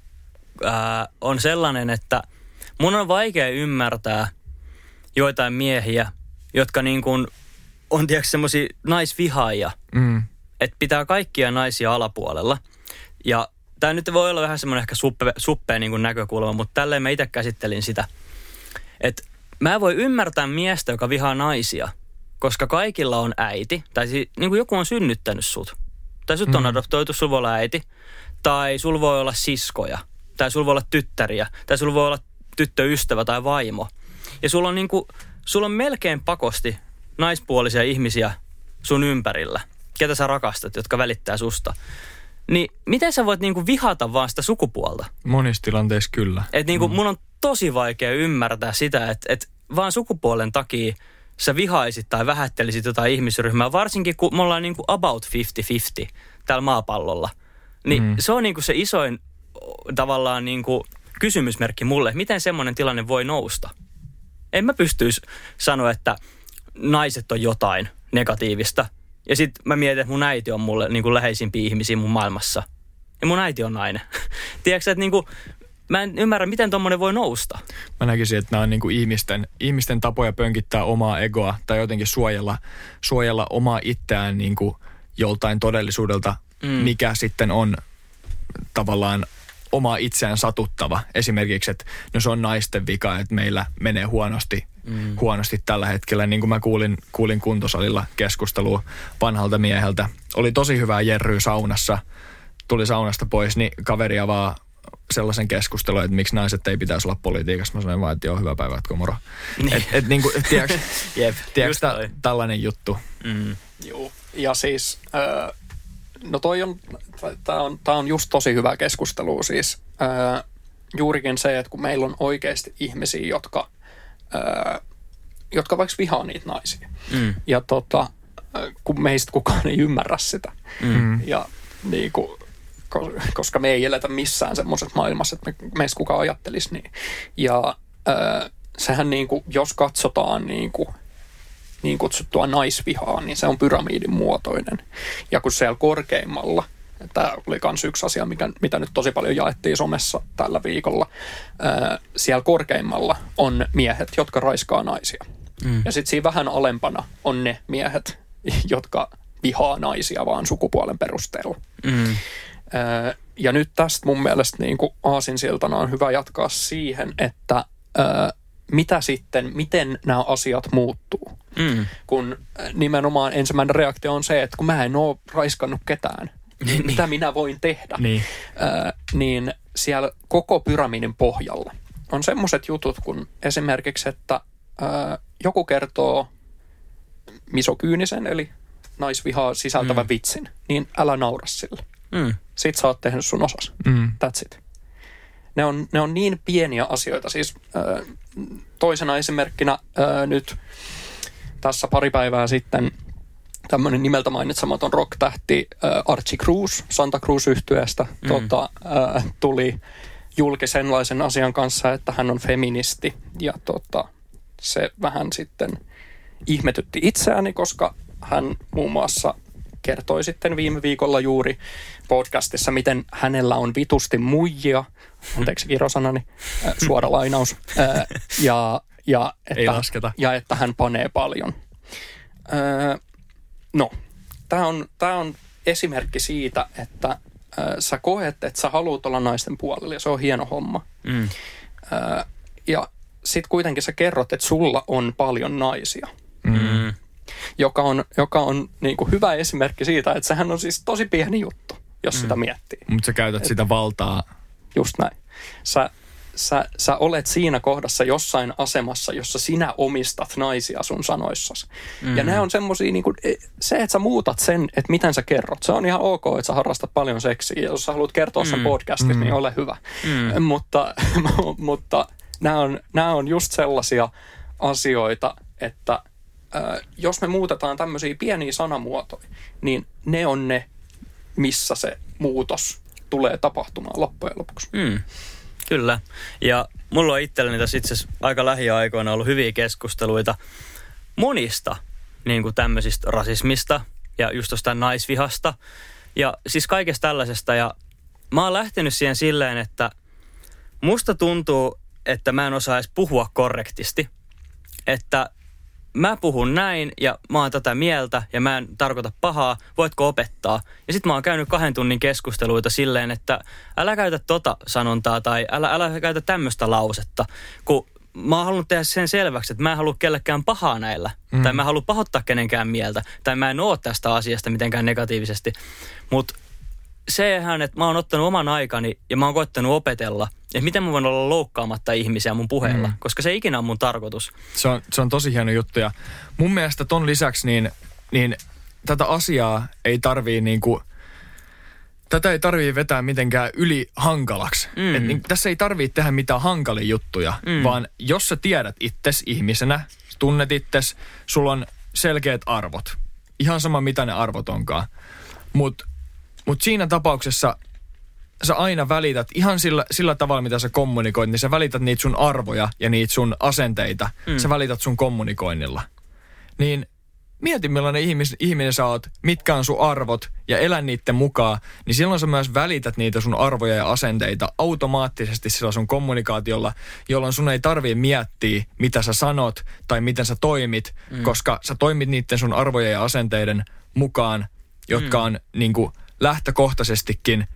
ää, on sellainen, että mun on vaikea ymmärtää joitain miehiä, jotka niin kuin on tiedätkö semmosia naisvihaajia, mm. että pitää kaikkia naisia alapuolella. Ja tää nyt voi olla vähän semmoinen ehkä suppe, suppea niin kuin näkökulma, mutta tälleen mä itse käsittelin sitä. Että mä en voi ymmärtää miestä, joka vihaa naisia, koska kaikilla on äiti, tai siis, niin kuin joku on synnyttänyt sut. Tai sut on mm. adoptoitu, sulla voi olla äiti, tai sulla voi olla siskoja, tai sulla voi olla tyttäriä, tai sulla voi olla tyttöystävä tai vaimo. Ja sulla on, niinku, sulla on melkein pakosti naispuolisia ihmisiä sun ympärillä, ketä sä rakastat, jotka välittää susta. Niin miten sä voit niinku vihata vaan sitä sukupuolta? Monissa tilanteissa kyllä. Et niinku mm. mun on tosi vaikea ymmärtää sitä, että et vaan sukupuolen takia sä vihaisit tai vähättelisit jotain ihmisryhmää, varsinkin kun me ollaan niin kuin about viisikymmentä viisikymmentä täällä maapallolla. Niin mm. se on niin kuin se isoin tavallaan niin kuin kysymysmerkki mulle, miten semmoinen tilanne voi nousta. En mä pystyisi sanoa, että naiset on jotain negatiivista. Ja sit mä mietin, että mun äiti on mulle niin kuin läheisimpiä ihmisiä mun maailmassa. Ja mun äiti on nainen. Tiedätkö, että niin kuin mä en ymmärrä, miten tommonen voi nousta. Mä näkisin, että nämä on niinku ihmisten, ihmisten tapoja pönkittää omaa egoa tai jotenkin suojella, suojella omaa itseään niinku joltain todellisuudelta, mm. mikä sitten on tavallaan omaa itseään satuttava. Esimerkiksi, että no se on naisten vika, että meillä menee huonosti, mm. huonosti tällä hetkellä. Niin kuin mä kuulin, kuulin kuntosalilla keskustelua vanhalta mieheltä. Oli tosi hyvää jerryä saunassa. Tuli saunasta pois, niin kaveri avaa sellaisen keskustelun, että miksi naiset ei pitäisi olla politiikassa. Mä sanoin vaan, että joo, hyvä päivä, että moro. Niin. Että et, niinku, tiedätkö, Jep, tiedätkö ta, tällainen juttu? Mm. Joo, ja siis, äh, no toi on, tää on, tää on just tosi hyvä keskustelu siis. Äh, juurikin se, että kun meillä on oikeasti ihmisiä, jotka, äh, jotka vaikka vihaa niitä naisia. Mm. Ja tota, äh, kun meistä kukaan ei ymmärrä sitä. Mm. Ja niinku, koska me ei eletä missään semmoisessa maailmassa, että me, meistä kukaan ajattelisi niin. Ja äh, sehän niinku, jos katsotaan niinku, niin kutsuttua naisvihaa, niin se on pyramidin muotoinen. Ja kun siellä korkeimmalla, tämä oli myös yksi asia, mikä, mitä nyt tosi paljon jaettiin somessa tällä viikolla, ää, siellä korkeimmalla on miehet, jotka raiskaa naisia. Mm. Ja sitten siinä vähän alempana on ne miehet, jotka vihaa naisia vaan sukupuolen perusteella. Mm. Ää, ja nyt tästä mun mielestä niin kuin aasinsiltana on hyvä jatkaa siihen, että ää, mitä sitten, miten nämä asiat muuttuu. Mm. Kun nimenomaan ensimmäinen reaktio on se, että kun mä en ole raiskannut ketään, niin mitä minä voin tehdä, niin, äh, niin siellä koko pyramidin pohjalla on semmoiset jutut, kun esimerkiksi, että äh, joku kertoo misokyynisen, eli naisvihaa sisältävän mm. vitsin, niin älä naura sille. Mm. Sit sä oot tehnyt sun osas. Mm. That's it. Ne on, ne on niin pieniä asioita. Siis äh, toisena esimerkkinä äh, nyt tässä pari päivää sitten tämmöinen nimeltä mainitsematon rock-tähti äh, Archie Cruz Santa Cruz-yhtyeestä mm. tota, äh, tuli julki senlaisen asian kanssa, että hän on feministi. Ja tota, se vähän sitten ihmetytti itseäni, koska hän muun muassa kertoi sitten viime viikolla juuri podcastissa, miten hänellä on vitusti muijia, anteeksi kirosanani, äh, suora lainaus, äh, ja, ja, Ei lasketa. ja että hän panee paljon. Äh, no, tämä on, tää on esimerkki siitä, että äh, sä koet, että sä haluat olla naisten puolella, ja se on hieno homma. Mm. Äh, ja sitten kuitenkin sä kerrot, että sulla on paljon naisia. Mm. Joka on, joka on niin kuin hyvä esimerkki siitä, että sehän on siis tosi pieni juttu, jos mm. sitä miettii. Mutta sä käytät Et, sitä valtaa. Just näin. Sä, sä, sä olet siinä kohdassa jossain asemassa, jossa sinä omistat naisia sun sanoissasi. Mm. Ja nämä on semmosia, niin kuin, se, että sä muutat sen, että miten sä kerrot. Se on ihan ok, että sä harrastat paljon seksiä. Ja jos sä haluat kertoa sen mm. podcastissa, mm. niin ole hyvä. Mm. Mutta, mutta nämä on, nämä on just sellaisia asioita, että jos me muutetaan tämmöisiä pieniä sanamuotoja, niin ne on ne, missä se muutos tulee tapahtumaan loppujen lopuksi. Mm, kyllä. Ja mulla on itselleni tässä itse asiassa aika lähiaikoina ollut hyviä keskusteluita monista niin kuin tämmöisistä rasismista ja just tuosta naisvihasta ja siis kaikesta tällaisesta. Ja mä oon lähtenyt siihen silleen, että musta tuntuu, että mä en osaa edes puhua korrektisti, että mä puhun näin ja mä oon tätä mieltä ja mä en tarkoita pahaa, voitko opettaa? Ja sit mä oon käynyt kahden tunnin keskusteluita silleen, että älä käytä tota sanontaa tai älä, älä käytä tämmöistä lausetta, kun mä oon halunnut tehdä sen selväksi, että mä en halua kellekään pahaa näillä. Mm. Tai mä en halua pahoittaa kenenkään mieltä. Tai mä en oo tästä asiasta mitenkään negatiivisesti. Mutta sehän, että mä oon ottanut oman aikani ja mä oon koittanut opetella, että miten mä voin olla loukkaamatta ihmisiä mun puheella, mm. koska se ei ikinä on mun tarkoitus. Se on, se on tosi hieno juttu ja mun mielestä ton lisäksi niin, niin tätä asiaa ei tarvii niinku, tätä ei tarvii vetää mitenkään yli hankalaksi. Mm. Et niin, tässä ei tarvii tehdä mitään hankalia juttuja, mm. vaan jos sä tiedät itses ihmisenä, tunnet itses, sulla on selkeät arvot. Ihan sama mitä ne arvot onkaan. Mutta mut siinä tapauksessa sä aina välität ihan sillä, sillä tavalla, mitä sä kommunikoit, niin sä välität niitä sun arvoja ja niitä sun asenteita. Mm. Sä välität sun kommunikoinnilla. Niin mieti millainen ihmis, ihminen sä oot, mitkä on sun arvot ja elä niiden mukaan, niin silloin sä myös välität niitä sun arvoja ja asenteita automaattisesti sillä sun kommunikaatiolla, jolloin sun ei tarvii miettiä, mitä sä sanot tai miten sä toimit, mm. koska sä toimit niiden sun arvojen ja asenteiden mukaan, jotka mm. on niin kuin lähtökohtaisestikin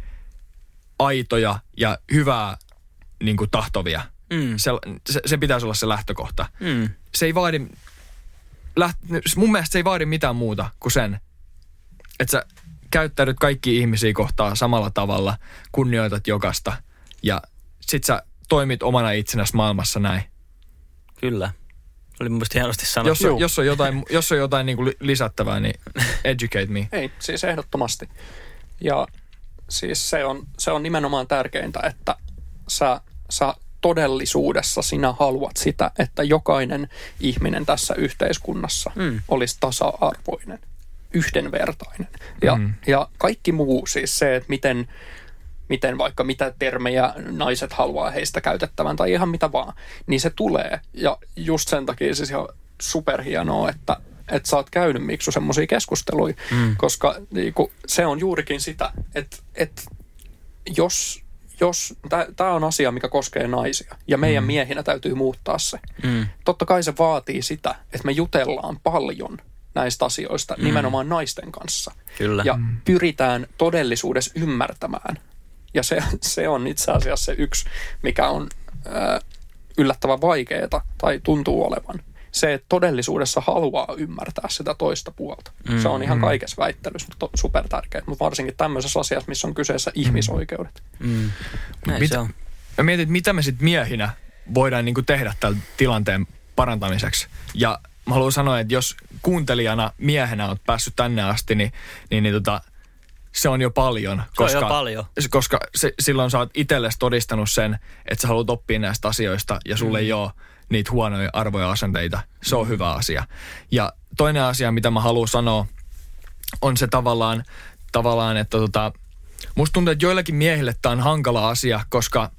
aitoja ja hyvää niin kuin tahtovia. Mm. Se, se, se pitäisi olla se lähtökohta. Mm. Se ei vaadi, läht, mun mielestä se ei vaadi mitään muuta kuin sen, että sä käyttäydyt kaikki ihmisiä kohtaan samalla tavalla, kunnioitat jokaista ja sit sä toimit omana itsenäsi maailmassa näin. Kyllä. Oli mun mielestä hienosti sanottu. Jos on, jos on jotain, jos on jotain niin kuin lisättävää, niin educate me. Ei, siis ehdottomasti. Ja siis se on, se on nimenomaan tärkeintä, että sä, sä todellisuudessa sinä haluat sitä, että jokainen ihminen tässä yhteiskunnassa mm. olisi tasa-arvoinen, yhdenvertainen. Ja, mm. ja kaikki muu, siis se, että miten, miten vaikka mitä termejä naiset haluaa heistä käytettävän tai ihan mitä vaan, niin se tulee. Ja just sen takia siis ihan superhienoa, että että sä oot käynyt Miksu semmoisia keskusteluja, mm. koska niinku, se on juurikin sitä, että et, jos, jos tämä on asia, mikä koskee naisia ja meidän mm. miehinä täytyy muuttaa se. Mm. Totta kai se vaatii sitä, että me jutellaan paljon näistä asioista mm. nimenomaan naisten kanssa. Kyllä. Ja mm. pyritään todellisuudessa ymmärtämään. Ja se, se on itse asiassa se yksi, mikä on äh, yllättävän vaikeaa tai tuntuu olevan. Se, että todellisuudessa haluaa ymmärtää sitä toista puolta. Mm, se on ihan kaikessa väittelyssä super tärkeää, mutta varsinkin tämmöisessä asiassa, missä on kyseessä mm. ihmisoikeudet. Mm. Mit, se on. Mä mietin, että mitä me sitten miehinä voidaan niinku tehdä tällä tilanteen parantamiseksi. Ja mä haluan sanoa, että jos kuuntelijana miehenä oot päässyt tänne asti, niin, niin, niin tota, se on jo paljon. Se koska, on jo paljon. Koska se, silloin sä oot itsellesi todistanut sen, että sä haluat oppia näistä asioista ja sulle mm. ei ole niitä huonoja arvoja ja asenteita. Se on hyvä asia. Ja toinen asia, mitä mä haluan sanoa, on se tavallaan, tavallaan että tota, musta tuntuu, että joillakin miehille tää on hankala asia, koska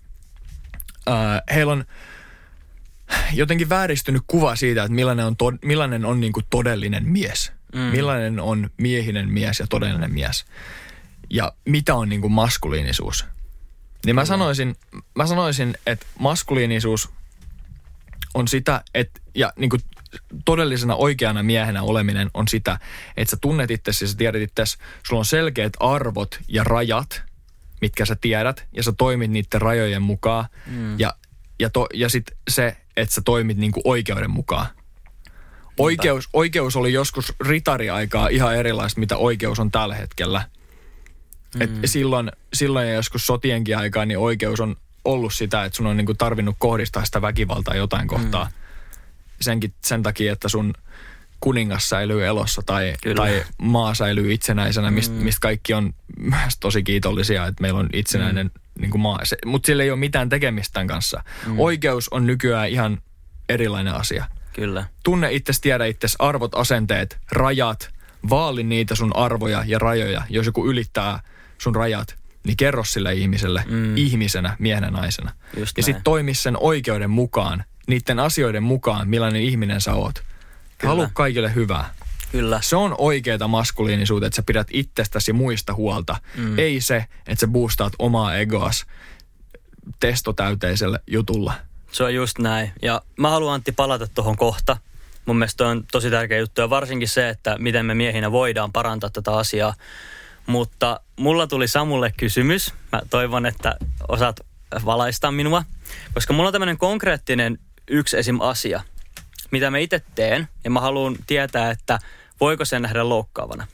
ää, heillä on jotenkin vääristynyt kuva siitä, että millainen on, to, millainen on niinku todellinen mies. Mm. Millainen on miehinen mies ja todellinen mies. Ja mitä on niinku maskuliinisuus. Niin mä sanoisin, mä sanoisin, että maskuliinisuus on sitä, että ja niin kuin todellisena oikeana miehenä oleminen on sitä, että sä tunnet itsesi ja sä tiedät itsesi, sulla on selkeät arvot ja rajat, mitkä sä tiedät, ja sä toimit niiden rajojen mukaan, mm. ja, ja, to, ja sit se, että sä toimit niin kuin oikeuden mukaan. Oikeus, oikeus oli joskus ritariaikaa ihan erilaista, mitä oikeus on tällä hetkellä. Mm. Et silloin, silloin ja joskus sotienkin aikaa, niin oikeus on ollut sitä, että sun on niinku tarvinnut kohdistaa sitä väkivaltaa jotain kohtaa. Mm. Senkin, sen takia, että sun kuningas säilyy elossa tai, tai maa säilyy itsenäisenä, mm. mistä mist kaikki on myös tosi kiitollisia, että meillä on itsenäinen mm. niinku maa. Mutta sillä ei ole mitään tekemistä tämän kanssa. Mm. Oikeus on nykyään ihan erilainen asia. Kyllä. Tunne itsesi, tiedä itsesi arvot, asenteet, rajat, vaali niitä sun arvoja ja rajoja. Jos joku ylittää sun rajat, niin kerro sille ihmiselle mm. ihmisenä, miehenä, naisena. Just ja sitten toimi sen oikeuden mukaan, niiden asioiden mukaan, millainen ihminen sä oot. Haluat kaikille hyvää. Kyllä. Se on oikeeta maskuliinisuutta, että sä pidät itsestäsi ja muista huolta. Mm. Ei se, että sä boostaat omaa egoas testotäyteisellä jutulla. Se on just näin. Ja mä haluan, Antti, palata tuohon kohta. Mun mielestä on tosi tärkeä juttu. Ja varsinkin se, että miten me miehinä voidaan parantaa tätä asiaa. Mutta mulla tuli Samulle kysymys. Mä toivon, että osaat valaistaa minua. Koska mulla on tämmöinen konkreettinen yksi esim. Asia, mitä mä itse teen. Ja mä haluan tietää, että voiko sen nähdä loukkaavana.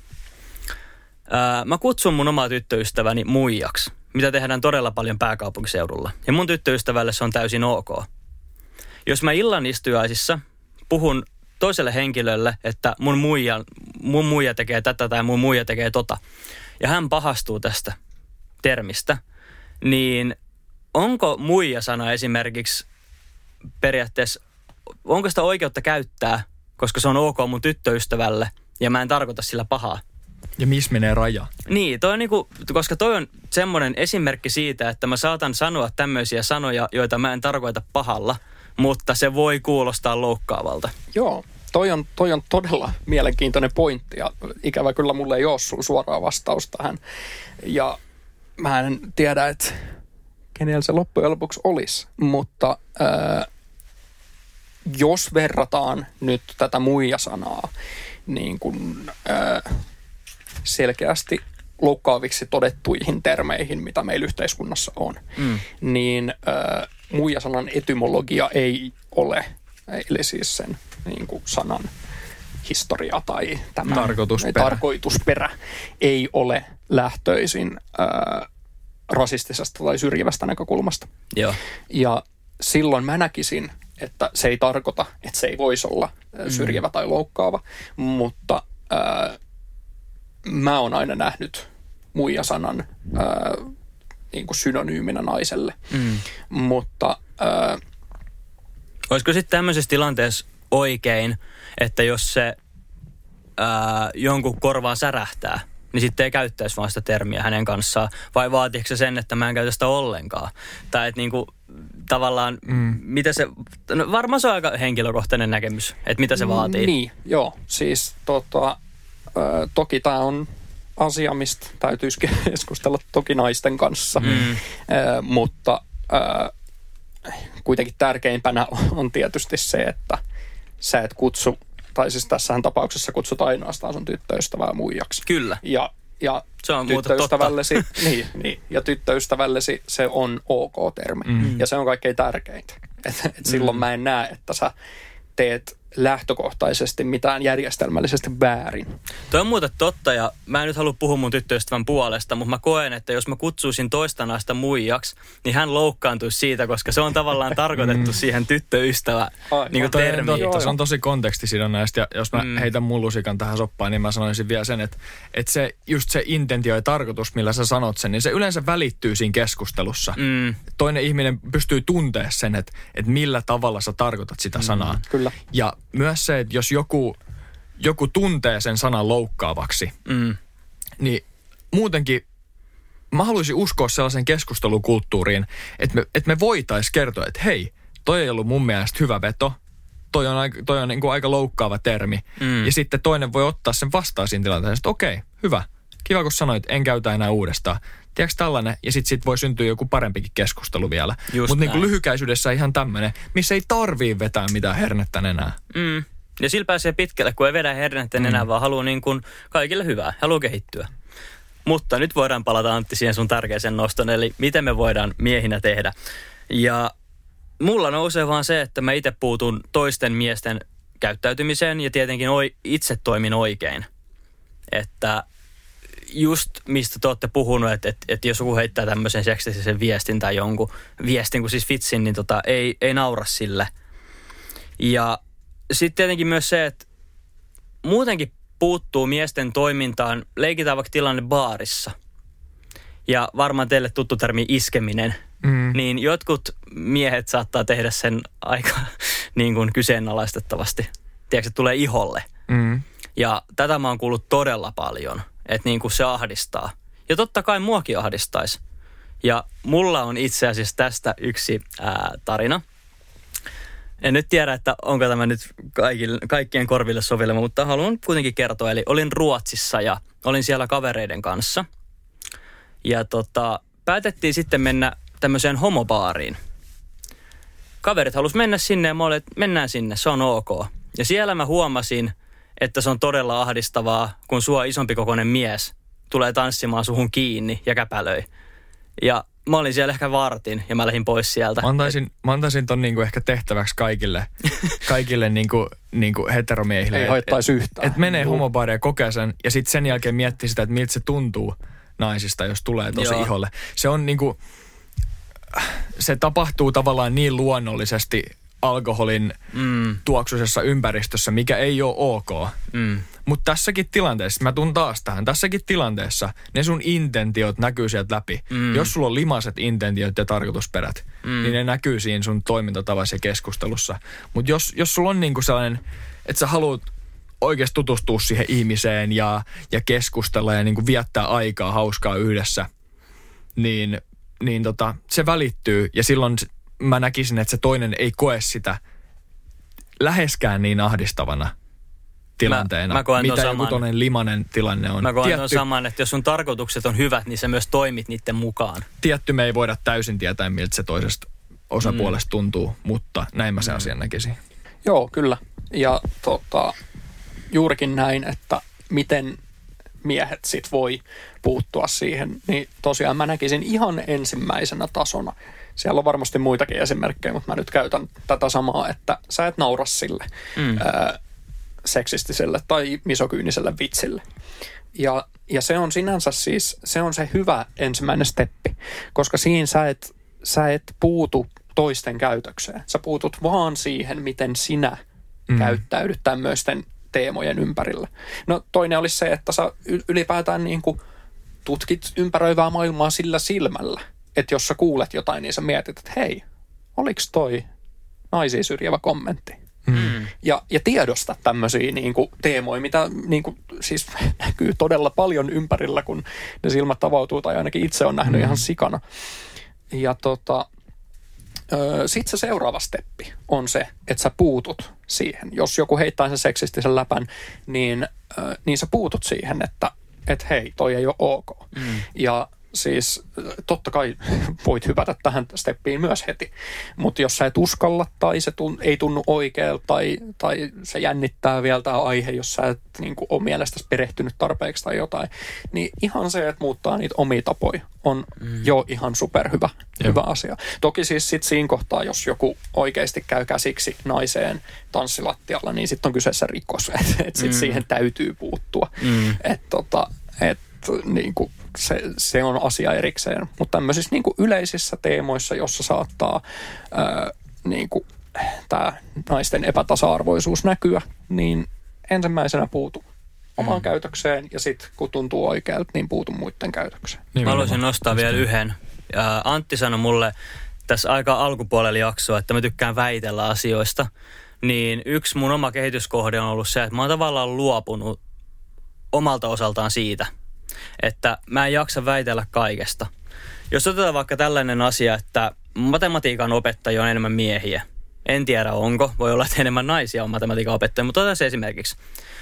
Ää, mä kutsun mun omaa tyttöystäväni muijaksi, mitä tehdään todella paljon pääkaupunkiseudulla. Ja mun tyttöystävälle se on täysin ok. Jos mä illan istujaisissa puhun toiselle henkilölle, että mun muija, mun muija tekee tätä tai mun muija tekee tota, ja hän pahastuu tästä termistä, niin onko muija-sana esimerkiksi periaatteessa, onko sitä oikeutta käyttää, koska se on ok mun tyttöystävälle ja mä en tarkoita sillä pahaa? Ja missä menee raja? Niin, toi on niinku, koska toi on semmoinen esimerkki siitä, että mä saatan sanoa tämmöisiä sanoja, joita mä en tarkoita pahalla, mutta se voi kuulostaa loukkaavalta. Joo, toi on, toi on todella mielenkiintoinen pointti ja ikävä kyllä mulle ei ole sun suoraa vastausta tähän. Ja mä en tiedä, että kenellä se loppujen lopuksi olisi, mutta ää, jos verrataan nyt tätä muija-sanaa niin kuin ää, selkeästi loukkaaviksi todettuihin termeihin, mitä meillä yhteiskunnassa on, mm. niin ää, muija-sanan etymologia ei ole, eli siis sen niin kuin sanan historia tai tämä tarkoitusperä, tarkoitusperä ei ole lähtöisin ää, rasistisesta tai syrjivästä näkökulmasta. Joo. Ja silloin mä näkisin, että se ei tarkoita, että se ei voisi olla syrjivä mm. tai loukkaava, mutta ää, mä oon aina nähnyt muija-sanan ää, niin kuin synonyyminä naiselle. Mm. Mutta ää, olisiko sitten tämmöisessä tilanteessa oikein, että jos se ää, jonkun korvaan särähtää, niin sitten ei käyttäisi vaan sitä termiä hänen kanssaan, vai vaatiiko se sen, että mä en käytä sitä ollenkaan? Tai että niinku tavallaan, mm. mitä se, no varmaan se on aika henkilökohtainen näkemys, että mitä se vaatii. Niin, joo. Siis tota, ö, toki tämä on asia, mistä täytyisi keskustella toki naisten kanssa, mm. ö, mutta ö, kuitenkin tärkeimpänä on tietysti se, että sä et kutsu, tai siis tässähän tapauksessa kutsut ainoastaan sun tyttöystävää muijaksi. Kyllä. Ja, ja se on tyttöystävällesi, niin, niin, ja tyttöystävällesi se on ok-termi. Mm. Ja se on kaikkein tärkeintä. Et, et silloin mm. mä en näe, että sä teet lähtökohtaisesti mitään järjestelmällisesti väärin. Tuo on muuten totta, ja mä en nyt halua puhua mun tyttöystävän puolesta, mutta mä koen, että jos mä kutsuisin toista naista muijaksi, niin hän loukkaantuisi siitä, koska se on tavallaan tarkoitettu siihen tyttöystävä niin termiin. Totta, se on tosi kontekstisidonnaista, ja jos mä mm. heitän mun lusikan tähän soppaan, niin mä sanoisin vielä sen, että, että se, just se intentio ja tarkoitus, millä sä sanot sen, niin se yleensä välittyy siinä keskustelussa. Mm. Toinen ihminen pystyy tuntemaan sen, että, että millä tavalla sä tarkoitat sitä sanaa. Mm, kyllä. Ja myös se, että jos joku, joku tuntee sen sanan loukkaavaksi, mm. niin muutenkin mä haluaisin uskoa sellaisen keskustelukulttuuriin, että me, että me voitaisiin kertoa, että hei, toi ei ollut mun mielestä hyvä veto, toi on, aika, toi on niin kuin aika loukkaava termi. Mm. Ja sitten toinen voi ottaa sen vastaan siinä tilanteessa, että okei, hyvä, kiva kun sanoit, en käytä enää uudestaan. Tiedätkö tällainen? Ja sitten sit voi syntyä joku parempikin keskustelu vielä. Mutta niin lyhykäisyydessä ihan tämmöinen, missä ei tarvii vetää mitään hernettä enää. Mm. Ja sillä pääsee pitkälle, kun ei vedä hernettä mm. enää, vaan haluaa niin kuin kaikille hyvää, haluaa kehittyä. Mutta nyt voidaan palata, Antti, siihen sun tärkeäseen noston, eli miten me voidaan miehinä tehdä. Ja mulla nousee vaan se, että mä itse puutun toisten miesten käyttäytymiseen ja tietenkin itse toimin oikein. Että just mistä te olette puhunut, että, että, että jos joku heittää tämmöisen seksistisen viestin tai jonkun viestin, kun siis vitsin, niin tota, ei, ei naura sille. Ja sitten tietenkin myös se, että muutenkin puuttuu miesten toimintaan, leikitään vaikka tilanne baarissa. Ja varmaan teille tuttu termi iskeminen, mm. niin jotkut miehet saattaa tehdä sen aika niin kuin kyseenalaistettavasti. Tiedätkö, se tulee iholle. Mm. Ja tätä mä oon kuullut todella paljon. Että niin kuin se ahdistaa. Ja totta kai muakin ahdistaisi. Ja mulla on itse asiassa tästä yksi ää, tarina. En nyt tiedä, että onko tämä nyt kaikille, kaikkien korville sovellema, mutta haluan kuitenkin kertoa. Eli olin Ruotsissa ja olin siellä kavereiden kanssa. Ja tota, päätettiin sitten mennä tämmöiseen homobaariin. Kaverit halusi mennä sinne ja mä olin, että mennään sinne, se on ok. Ja siellä mä huomasin, että se on todella ahdistavaa, kun sua isompikokoinen mies tulee tanssimaan suhun kiinni ja käpälöi. Ja mä olin siellä ehkä vartin ja mä lähdin pois sieltä. Mä antaisin, mä antaisin ton niinku ehkä tehtäväksi kaikille, kaikille niinku, niinku heteromiehille. Ei haittaisi yhtään. Että et menee homobaariin ja kokee sen ja sitten sen jälkeen miettii sitä, että miltä se tuntuu naisista, jos tulee tosi Joo. iholle. Se on niinku, se tapahtuu tavallaan niin luonnollisesti alkoholin mm. tuoksuisessa ympäristössä, mikä ei ole ok. Mm. Mutta tässäkin tilanteessa, mä tuun taas tähän, tässäkin tilanteessa ne sun intentiot näkyy sieltä läpi. Mm. Jos sulla on limaset intentiot ja tarkoitusperät, mm. niin ne näkyy siinä sun toimintatavassa ja keskustelussa. Mutta jos, jos sulla on niinku sellainen, että sä haluat oikeasti tutustua siihen ihmiseen ja, ja keskustella ja niinku viettää aikaa hauskaa yhdessä, niin, niin tota, se välittyy ja silloin mä näkisin, että se toinen ei koe sitä läheskään niin ahdistavana tilanteena, mä, mä mitä joku toinen limainen tilanne on. Mä koen tietty, ton saman, että jos sun tarkoitukset on hyvät, niin sä myös toimit niiden mukaan. Tietty me ei voida täysin tietää, miltä se toisesta osapuolesta mm. tuntuu, mutta näin mä sen mm. asian näkisin. Joo, kyllä. Ja tota, juurikin näin, että miten miehet sit voi puuttua siihen, niin tosiaan mä näkisin ihan ensimmäisenä tasona. Siellä on varmasti muitakin esimerkkejä, mutta mä nyt käytän tätä samaa, että sä et naura sille mm. ää, seksistiselle tai misogyyniselle vitsille. Ja, ja se on sinänsä siis, se on se hyvä ensimmäinen steppi, koska siinä sä et, sä et puutu toisten käytökseen. Sä puutut vaan siihen, miten sinä mm. käyttäydyt tämmöisten teemojen ympärillä. No toinen olisi se, että sä ylipäätään niin kuin tutkit ympäröivää maailmaa sillä silmällä, että jos sä kuulet jotain, niin sä mietit, että hei, oliks toi naisia syrjävä kommentti? Mm. Ja, ja tiedosta tämmöisiä niin kuin teemoja, mitä niin kuin, siis näkyy todella paljon ympärillä, kun ne silmät avautuu, tai ainakin itse on nähnyt mm. ihan sikana. Ja tota, sitten se seuraava steppi on se, että sä puutut siihen. Jos joku heittää sen seksistisen läpän, niin, niin sä puutut siihen, että et hei, toi ei ole ok. Mm. Ja siis totta kai voit hypätä tähän steppiin myös heti, mutta jos sä et uskalla tai se tun, ei tunnu oikealta tai, tai se jännittää vielä tämä aihe, jos sä et niin kuin, ole mielestäsi perehtynyt tarpeeksi tai jotain, niin ihan se, että muuttaa niitä omia tapoja on mm. jo ihan superhyvä hyvä asia. Toki siis sit siinä kohtaa, jos joku oikeasti käy käsiksi naiseen tanssilattialla, niin sitten on kyseessä rikos, että et sitten mm. siihen täytyy puuttua. Mm. Että tota, et, niin kuin, Se, se on asia erikseen, mutta tämmöisissä niin kuin yleisissä teemoissa, jossa saattaa ää, niin kuin, tämä naisten epätasa-arvoisuus näkyä, niin ensimmäisenä puutu omaan mm. käytökseen ja sitten kun tuntuu oikealta, niin puutu muiden käytökseen. Niin, mä haluaisin nostaa vielä yhden. Ja Antti sanoi mulle tässä aika alkupuolella jaksoa, että mä tykkään väitellä asioista, niin yksi mun oma kehityskohde on ollut se, että mä oon tavallaan luopunut omalta osaltaan siitä, että mä en jaksa väitellä kaikesta. Jos otetaan vaikka tällainen asia, että matematiikan opettajia on enemmän miehiä. En tiedä onko, voi olla, että enemmän naisia on matematiikan opettajia, mutta otetaan se esimerkiksi.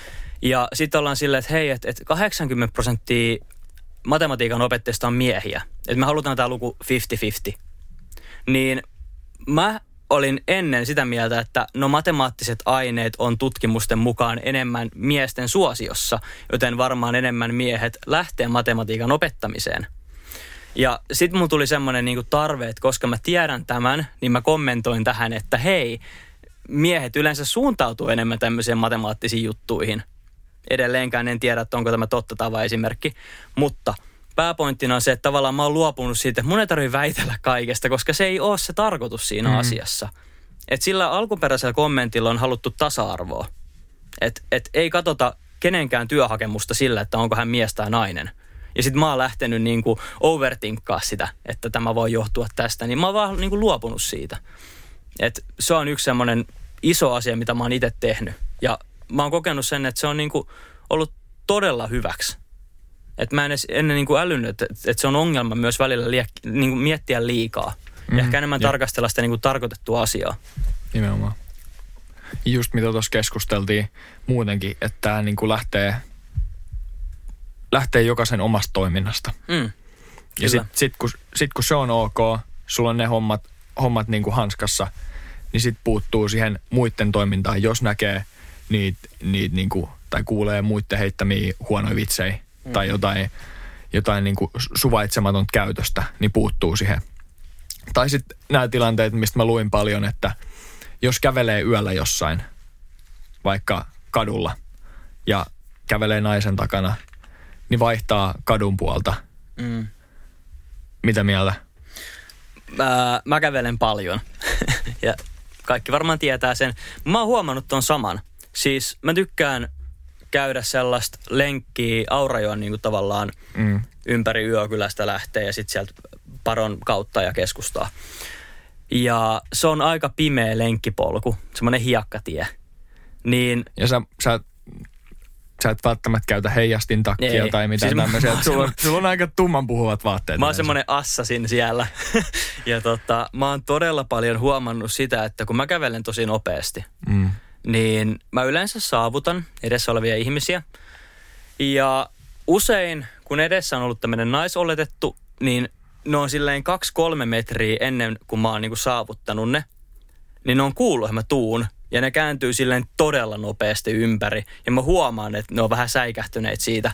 Ja sitten ollaan silleen, että hei, että kahdeksankymmentä prosenttia matematiikan opettajista on miehiä. Että me halutaan tämä luku viisikymmentä viisikymmentä. Niin mä olin ennen sitä mieltä, että no matemaattiset aineet on tutkimusten mukaan enemmän miesten suosiossa, joten varmaan enemmän miehet lähtee matematiikan opettamiseen. Ja sitten mun tuli semmoinen niinku tarve, että koska mä tiedän tämän, niin mä kommentoin tähän, että hei, miehet yleensä suuntautuu enemmän tämmöisiin matemaattisiin juttuihin. Edelleenkään en tiedä, että onko tämä totta tai vai esimerkki, mutta pääpointtina on se, että tavallaan mä oon luopunut siitä, että mun ei tarvitse väitellä kaikesta, koska se ei ole se tarkoitus siinä mm. asiassa. Että sillä alkuperäisellä kommentilla on haluttu tasa-arvoa. Että et ei katsota kenenkään työhakemusta sillä, että onko hän mies tai nainen. Ja sit mä oon lähtenyt niinku overtinkkaa sitä, että tämä voi johtua tästä, niin mä oon vaan niinku luopunut siitä. Että se on yksi semmoinen iso asia, mitä mä oon itse tehnyt. Ja mä oon kokenut sen, että se on niinku ollut todella hyväksi. Että mä en edes ennen niin kuin älynnyt, että, että se on ongelma myös välillä liek, niin kuin miettiä liikaa. Mm, ehkä enemmän ja tarkastella sitä niin kuin tarkoitettua asiaa. Nimenomaan. Just mitä tuossa keskusteltiin muutenkin, että tämä niin kuin lähtee, lähtee jokaisen omasta toiminnasta. Mm, ja sitten sit, kun, sit, kun se on ok, sulla on ne hommat, hommat niin kuin hanskassa, niin sitten puuttuu siihen muiden toimintaan, jos näkee niitä, niitä niin kuin, tai kuulee muiden heittämiä huonoja vitsejä. Tai jotain, jotain niin kuin suvaitsematonta käytöstä, niin puuttuu siihen. Tai sitten nämä tilanteet, mistä mä luin paljon, että jos kävelee yöllä jossain, vaikka kadulla, ja kävelee naisen takana, niin vaihtaa kadun puolta. Mm. Mitä mieltä? Mä, mä kävelen paljon, ja kaikki varmaan tietää sen. Mä oon huomannut ton saman. Siis mä tykkään käydä sellaista lenkkiä Aurajoen niin kuin tavallaan mm. ympäri Yökylästä lähtee ja sitten sieltä Paron kautta ja keskustaa. Ja se on aika pimeä lenkkipolku, semmoinen hiekkatie. Niin, ja sä, sä, sä et välttämättä käytä heijastin takkia ei, tai mitään siis tämmöisiä. Mä, sulla, sulla on aika tumman puhuvat vaatteet. Mä oon semmoinen assasin siellä. Ja tota, mä oon todella paljon huomannut sitä, että kun mä kävelen tosi nopeasti, mm. niin mä yleensä saavutan edessä olevia ihmisiä. Ja usein, kun edessä on ollut tämmöinen naisoletettu, niin ne on silleen kaksi kolme metriä ennen kuin mä oon niinku saavuttanut ne, niin ne on kuullut, että mä tuun. Ja ne kääntyy silleen todella nopeasti ympäri. Ja mä huomaan, että ne on vähän säikähtyneet siitä.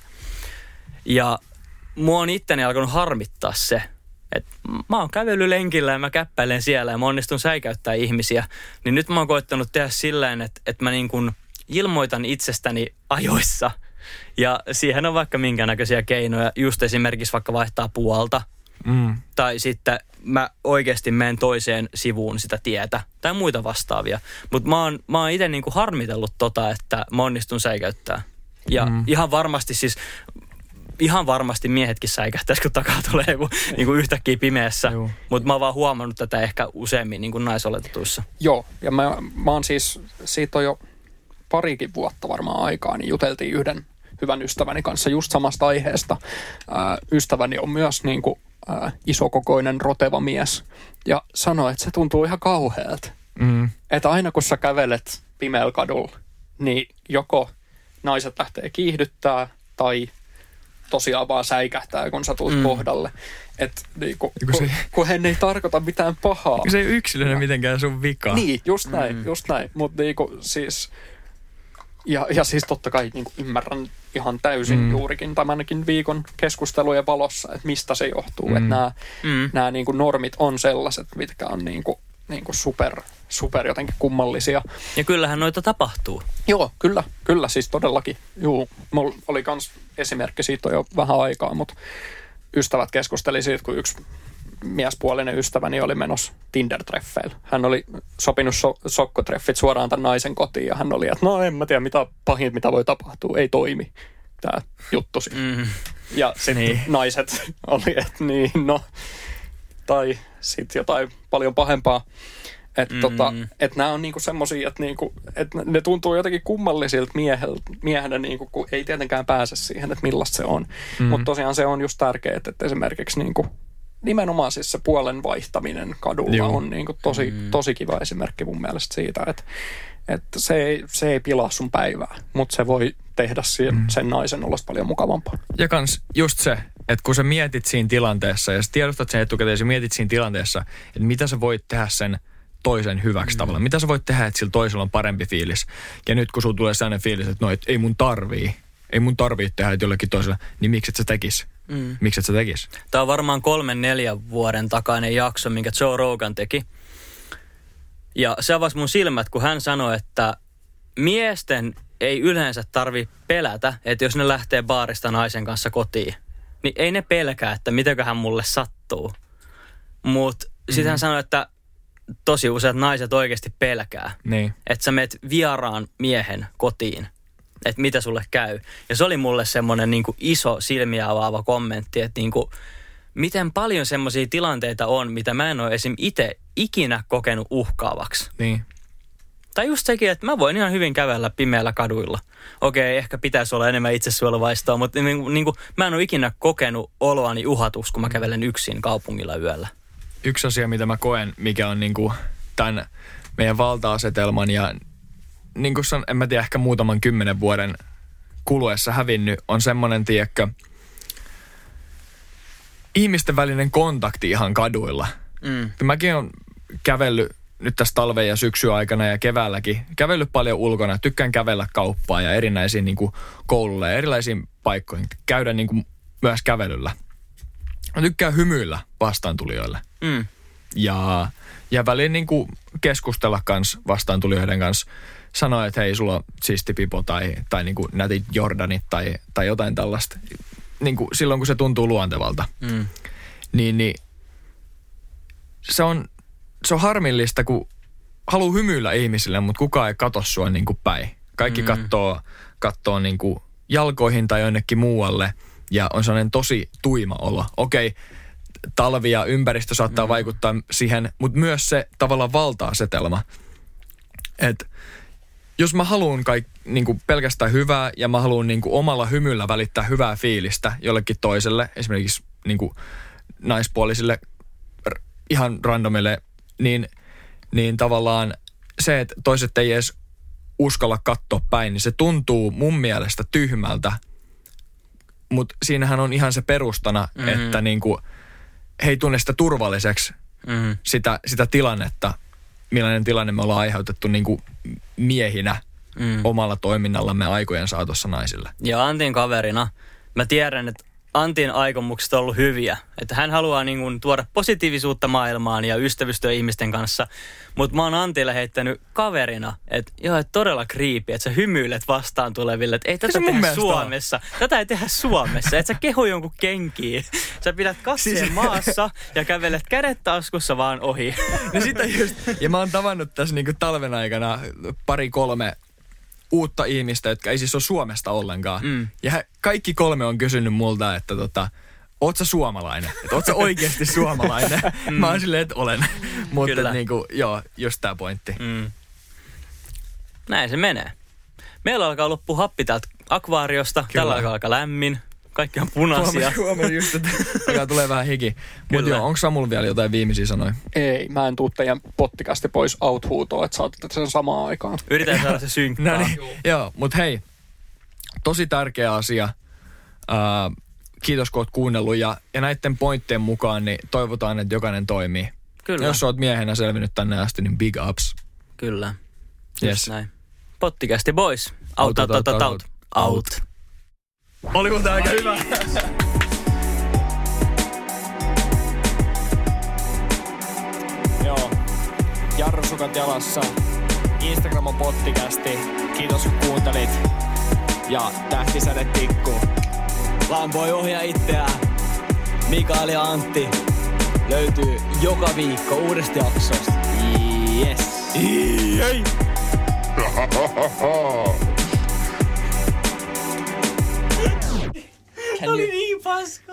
Ja mua on itteni alkanut harmittaa se, että mä oon kävellyt lenkillä ja mä käppäilen siellä ja mä onnistun säikäyttää ihmisiä. Niin nyt mä oon koittanut tehdä silleen, että, että mä niin kuin ilmoitan itsestäni ajoissa. Ja siihen on vaikka minkä näköisiä keinoja, just esimerkiksi vaikka vaihtaa puolta. Mm. Tai sitten mä oikeasti menen toiseen sivuun sitä tietä tai muita vastaavia. Mutta mä oon, mä oon itse niinku harmitellut tota, että mä onnistun säikäyttää. Ja mm. ihan varmasti siis, ihan varmasti miehetkin säikähtäisi, kun takaa tulee joku niinku yhtäkkiä pimeässä. Mutta mä oon vaan huomannut tätä ehkä useammin niinku naisoletetuissa. Joo, ja mä, mä oon siis, siitä on jo parikin vuotta varmaan aikaa, niin juteltiin yhden hyvän ystäväni kanssa just samasta aiheesta. Ää, ystäväni on myös niinku Äh, isokokoinen, roteva mies ja sanoi, että se tuntuu ihan kauhealta. Mm. Että aina kun sä kävelet pimeällä kadulla, niin joko naiset lähtee kiihdyttää tai tosiaan vaan säikähtää, kun sä tulet mm. kohdalle. Että niinku, kun, se, kun hän ei tarkoita mitään pahaa. Se ei yksilönä mitenkään sun vika. Niin, just näin, mm. just näin. Mutta niinku siis, ja, ja siis totta kai niinku ymmärrän ihan täysin mm. juurikin tämänkin viikon keskustelujen valossa, että mistä se johtuu. Mm. Että nämä, mm. nämä niin kuin normit on sellaiset, mitkä on niin kuin, niin kuin super, super jotenkin kummallisia. Ja kyllähän noita tapahtuu. Joo, kyllä, kyllä siis todellakin. Juu, mulla oli myös esimerkki siitä jo vähän aikaa, mutta ystävät keskusteli siitä, kun yksi miespuolinen ystäväni oli menossa Tinder-treffeillä. Hän oli sopinut so- sokkotreffit suoraan tämän naisen kotiin ja hän oli, että no en mä tiedä mitä pahin, mitä voi tapahtua. Ei toimi tämä juttu. Mm. Ja sitten niin. Naiset oli, että niin no, tai sitten jotain paljon pahempaa. Että mm. tota, et nämä on niinku semmosia, että niinku, et ne tuntuu jotenkin kummallisilta miehenä, niinku, kun ei tietenkään pääse siihen, että millaista se on. Mm. Mutta tosiaan se on just tärkeää, että esimerkiksi niinku nimenomaan siis se puolen vaihtaminen kadulla Joo. on niin kuin tosi, mm. tosi kiva esimerkki mun mielestä siitä, että, että se, ei, se ei pilaa sun päivää, mutta se voi tehdä sen, mm. sen naisen olosta paljon mukavampaa. Ja kans just se, että kun sä mietit siinä tilanteessa ja sä tiedostat sen etukäteen, sä mietit siinä tilanteessa, että mitä sä voit tehdä sen toisen hyväksi mm. tavallaan. Mitä sä voit tehdä, että sillä toisella on parempi fiilis. Ja nyt kun sulla tulee sellainen fiilis, että no, et ei mun tarvii, ei mun tarvii tehdä jollekin toiselle, niin miksi et sä tekis? Mm. Miksi et sä tekis? Tämä on varmaan kolmen neljän vuoden takainen jakso, minkä Joe Rogan teki. Ja se avasi mun silmät, kun hän sanoi, että miesten ei yleensä tarvi pelätä, että jos ne lähtee baarista naisen kanssa kotiin, niin ei ne pelkää, että mitäköhän mulle sattuu. Mutta mm-hmm. sitten hän sanoi, että tosi useat naiset oikeasti pelkää. Niin. Että sä meet vieraan miehen kotiin. Että mitä sulle käy. Ja se oli mulle semmoinen niin kuin iso silmiä avaava kommentti, että niin kuin, miten paljon semmoisia tilanteita on, mitä mä en ole esim. Itse ikinä kokenut uhkaavaksi. Niin. Tai just sekin, että mä voin ihan hyvin kävellä pimeällä kaduilla. Okei, ehkä pitäisi olla enemmän itsesuojeluvaistoa, mutta niin, niin kuin, mä en ole ikinä kokenut oloani uhatuksi, kun mä kävelen yksin kaupungilla yöllä. Yksi asia, mitä mä koen, mikä on niin kuin tämän meidän valta-asetelman ja niin kuin en mä tiedä, ehkä muutaman kymmenen vuoden kuluessa hävinnyt, on semmoinen, tiedäkö, ihmisten välinen kontakti ihan kaduilla. Mm. Mäkin olen kävellyt nyt tässä talven ja syksyn aikana ja keväälläkin, kävellyt paljon ulkona, tykkään kävellä kauppaa ja erinäisiin niin kuin koululle ja erilaisiin paikkoihin, käydä niin kuin myös kävelyllä. Mä tykkään hymyillä vastaantulijoille. Mm. Ja, ja väliin niin kuin keskustella kans vastaantulijoiden kanssa. Sanoa, että hei, sulla on siisti pipo tai, tai niin kuin nätit Jordanit tai, tai jotain tällaista. Niin kuin silloin, kun se tuntuu luontevalta. Mm. Niin, niin se, on, se on harmillista, kun haluaa hymyillä ihmisille, mutta kukaan ei katso sua niin kuin päin. Kaikki mm. katsoo, katsoo niin kuin jalkoihin tai jonnekin muualle ja on sellainen tosi tuima olo. Okei, talvi ja ympäristö saattaa mm. vaikuttaa siihen, mutta myös se tavallaan valta-asetelma. Että jos mä haluan kaik, niin kuin pelkästään hyvää ja mä haluan niin kuin omalla hymyllä välittää hyvää fiilistä jollekin toiselle, esimerkiksi niin kuin naispuolisille ihan randomille, niin, niin tavallaan se, että toiset ei edes uskalla katsoa päin, niin se tuntuu mun mielestä tyhmältä. Mutta siinähän on ihan se perustana, mm-hmm. että niinku, he ei tunne sitä turvalliseksi, mm-hmm. sitä, sitä tilannetta, millainen tilanne me ollaan aiheutettu niinku miehinä mm. omalla toiminnallamme aikojen saatossa naisille. Ja Antin kaverina mä tiedän, että Antin aikomukset on ollut hyviä. Että hän haluaa niin kuin tuoda positiivisuutta maailmaan ja ystävystyä ihmisten kanssa. Mutta mä oon Antille heittänyt kaverina, että joo, että todella kriipi, että sä hymyilet vastaan tuleville. Että ei tätä tehdä Suomessa. On. Tätä ei tehdä Suomessa. Että sä kehu jonkun kenkiin. Sä pidät katseen siis maassa ja kävelet kädet taskussa vaan ohi. No sitä just. Ja mä oon tavannut tässä niinku talven aikana pari kolme uutta ihmistä, jotka ei siis ole Suomesta ollenkaan. Mm. Ja he, kaikki kolme on kysynyt multa, että tota, oot sä suomalainen? Että oot sä oikeasti suomalainen? Mm. Mä oon silleen, että olen. Mutta niinku, joo, just tää pointti. Mm. Näin se menee. Meillä alkaa loppu happi täältä akvaariosta. Kyllä. Tällä alkaa aika lämmin. Kaikki on punaisia. Huomenna just, että alkaa tulee vähän hiki. Mutta joo, onko Samulla vielä jotain viimeisiä sanoja? Ei, mä en tuu teidän pottikästi pois out-huutoon, että saatte sen samaan aikaan. Yritän saada se synkkää. No niin, joo, mutta hei, tosi tärkeä asia. Uh, kiitos, kun oot kuunnellut. Ja, ja näiden pointtien mukaan niin toivotaan, että jokainen toimii. Kyllä. Jos oot miehenä selvinnyt tänne asti, niin big ups. Kyllä. Yes. Just näin. Pottikästi boys. Out, out, out, out, out. Out. Oli muuta aika hyvä. Joo. Jarrusukat jalassa. Instagram on pottikästi. Kiitos kun kuuntelit. Ja tähtisäde tikkuu. Vaan voi ohjaa itseään. Mikael ja Antti löytyy joka viikko uudesta jaksosta. Yes. Jei. Oli niin paska.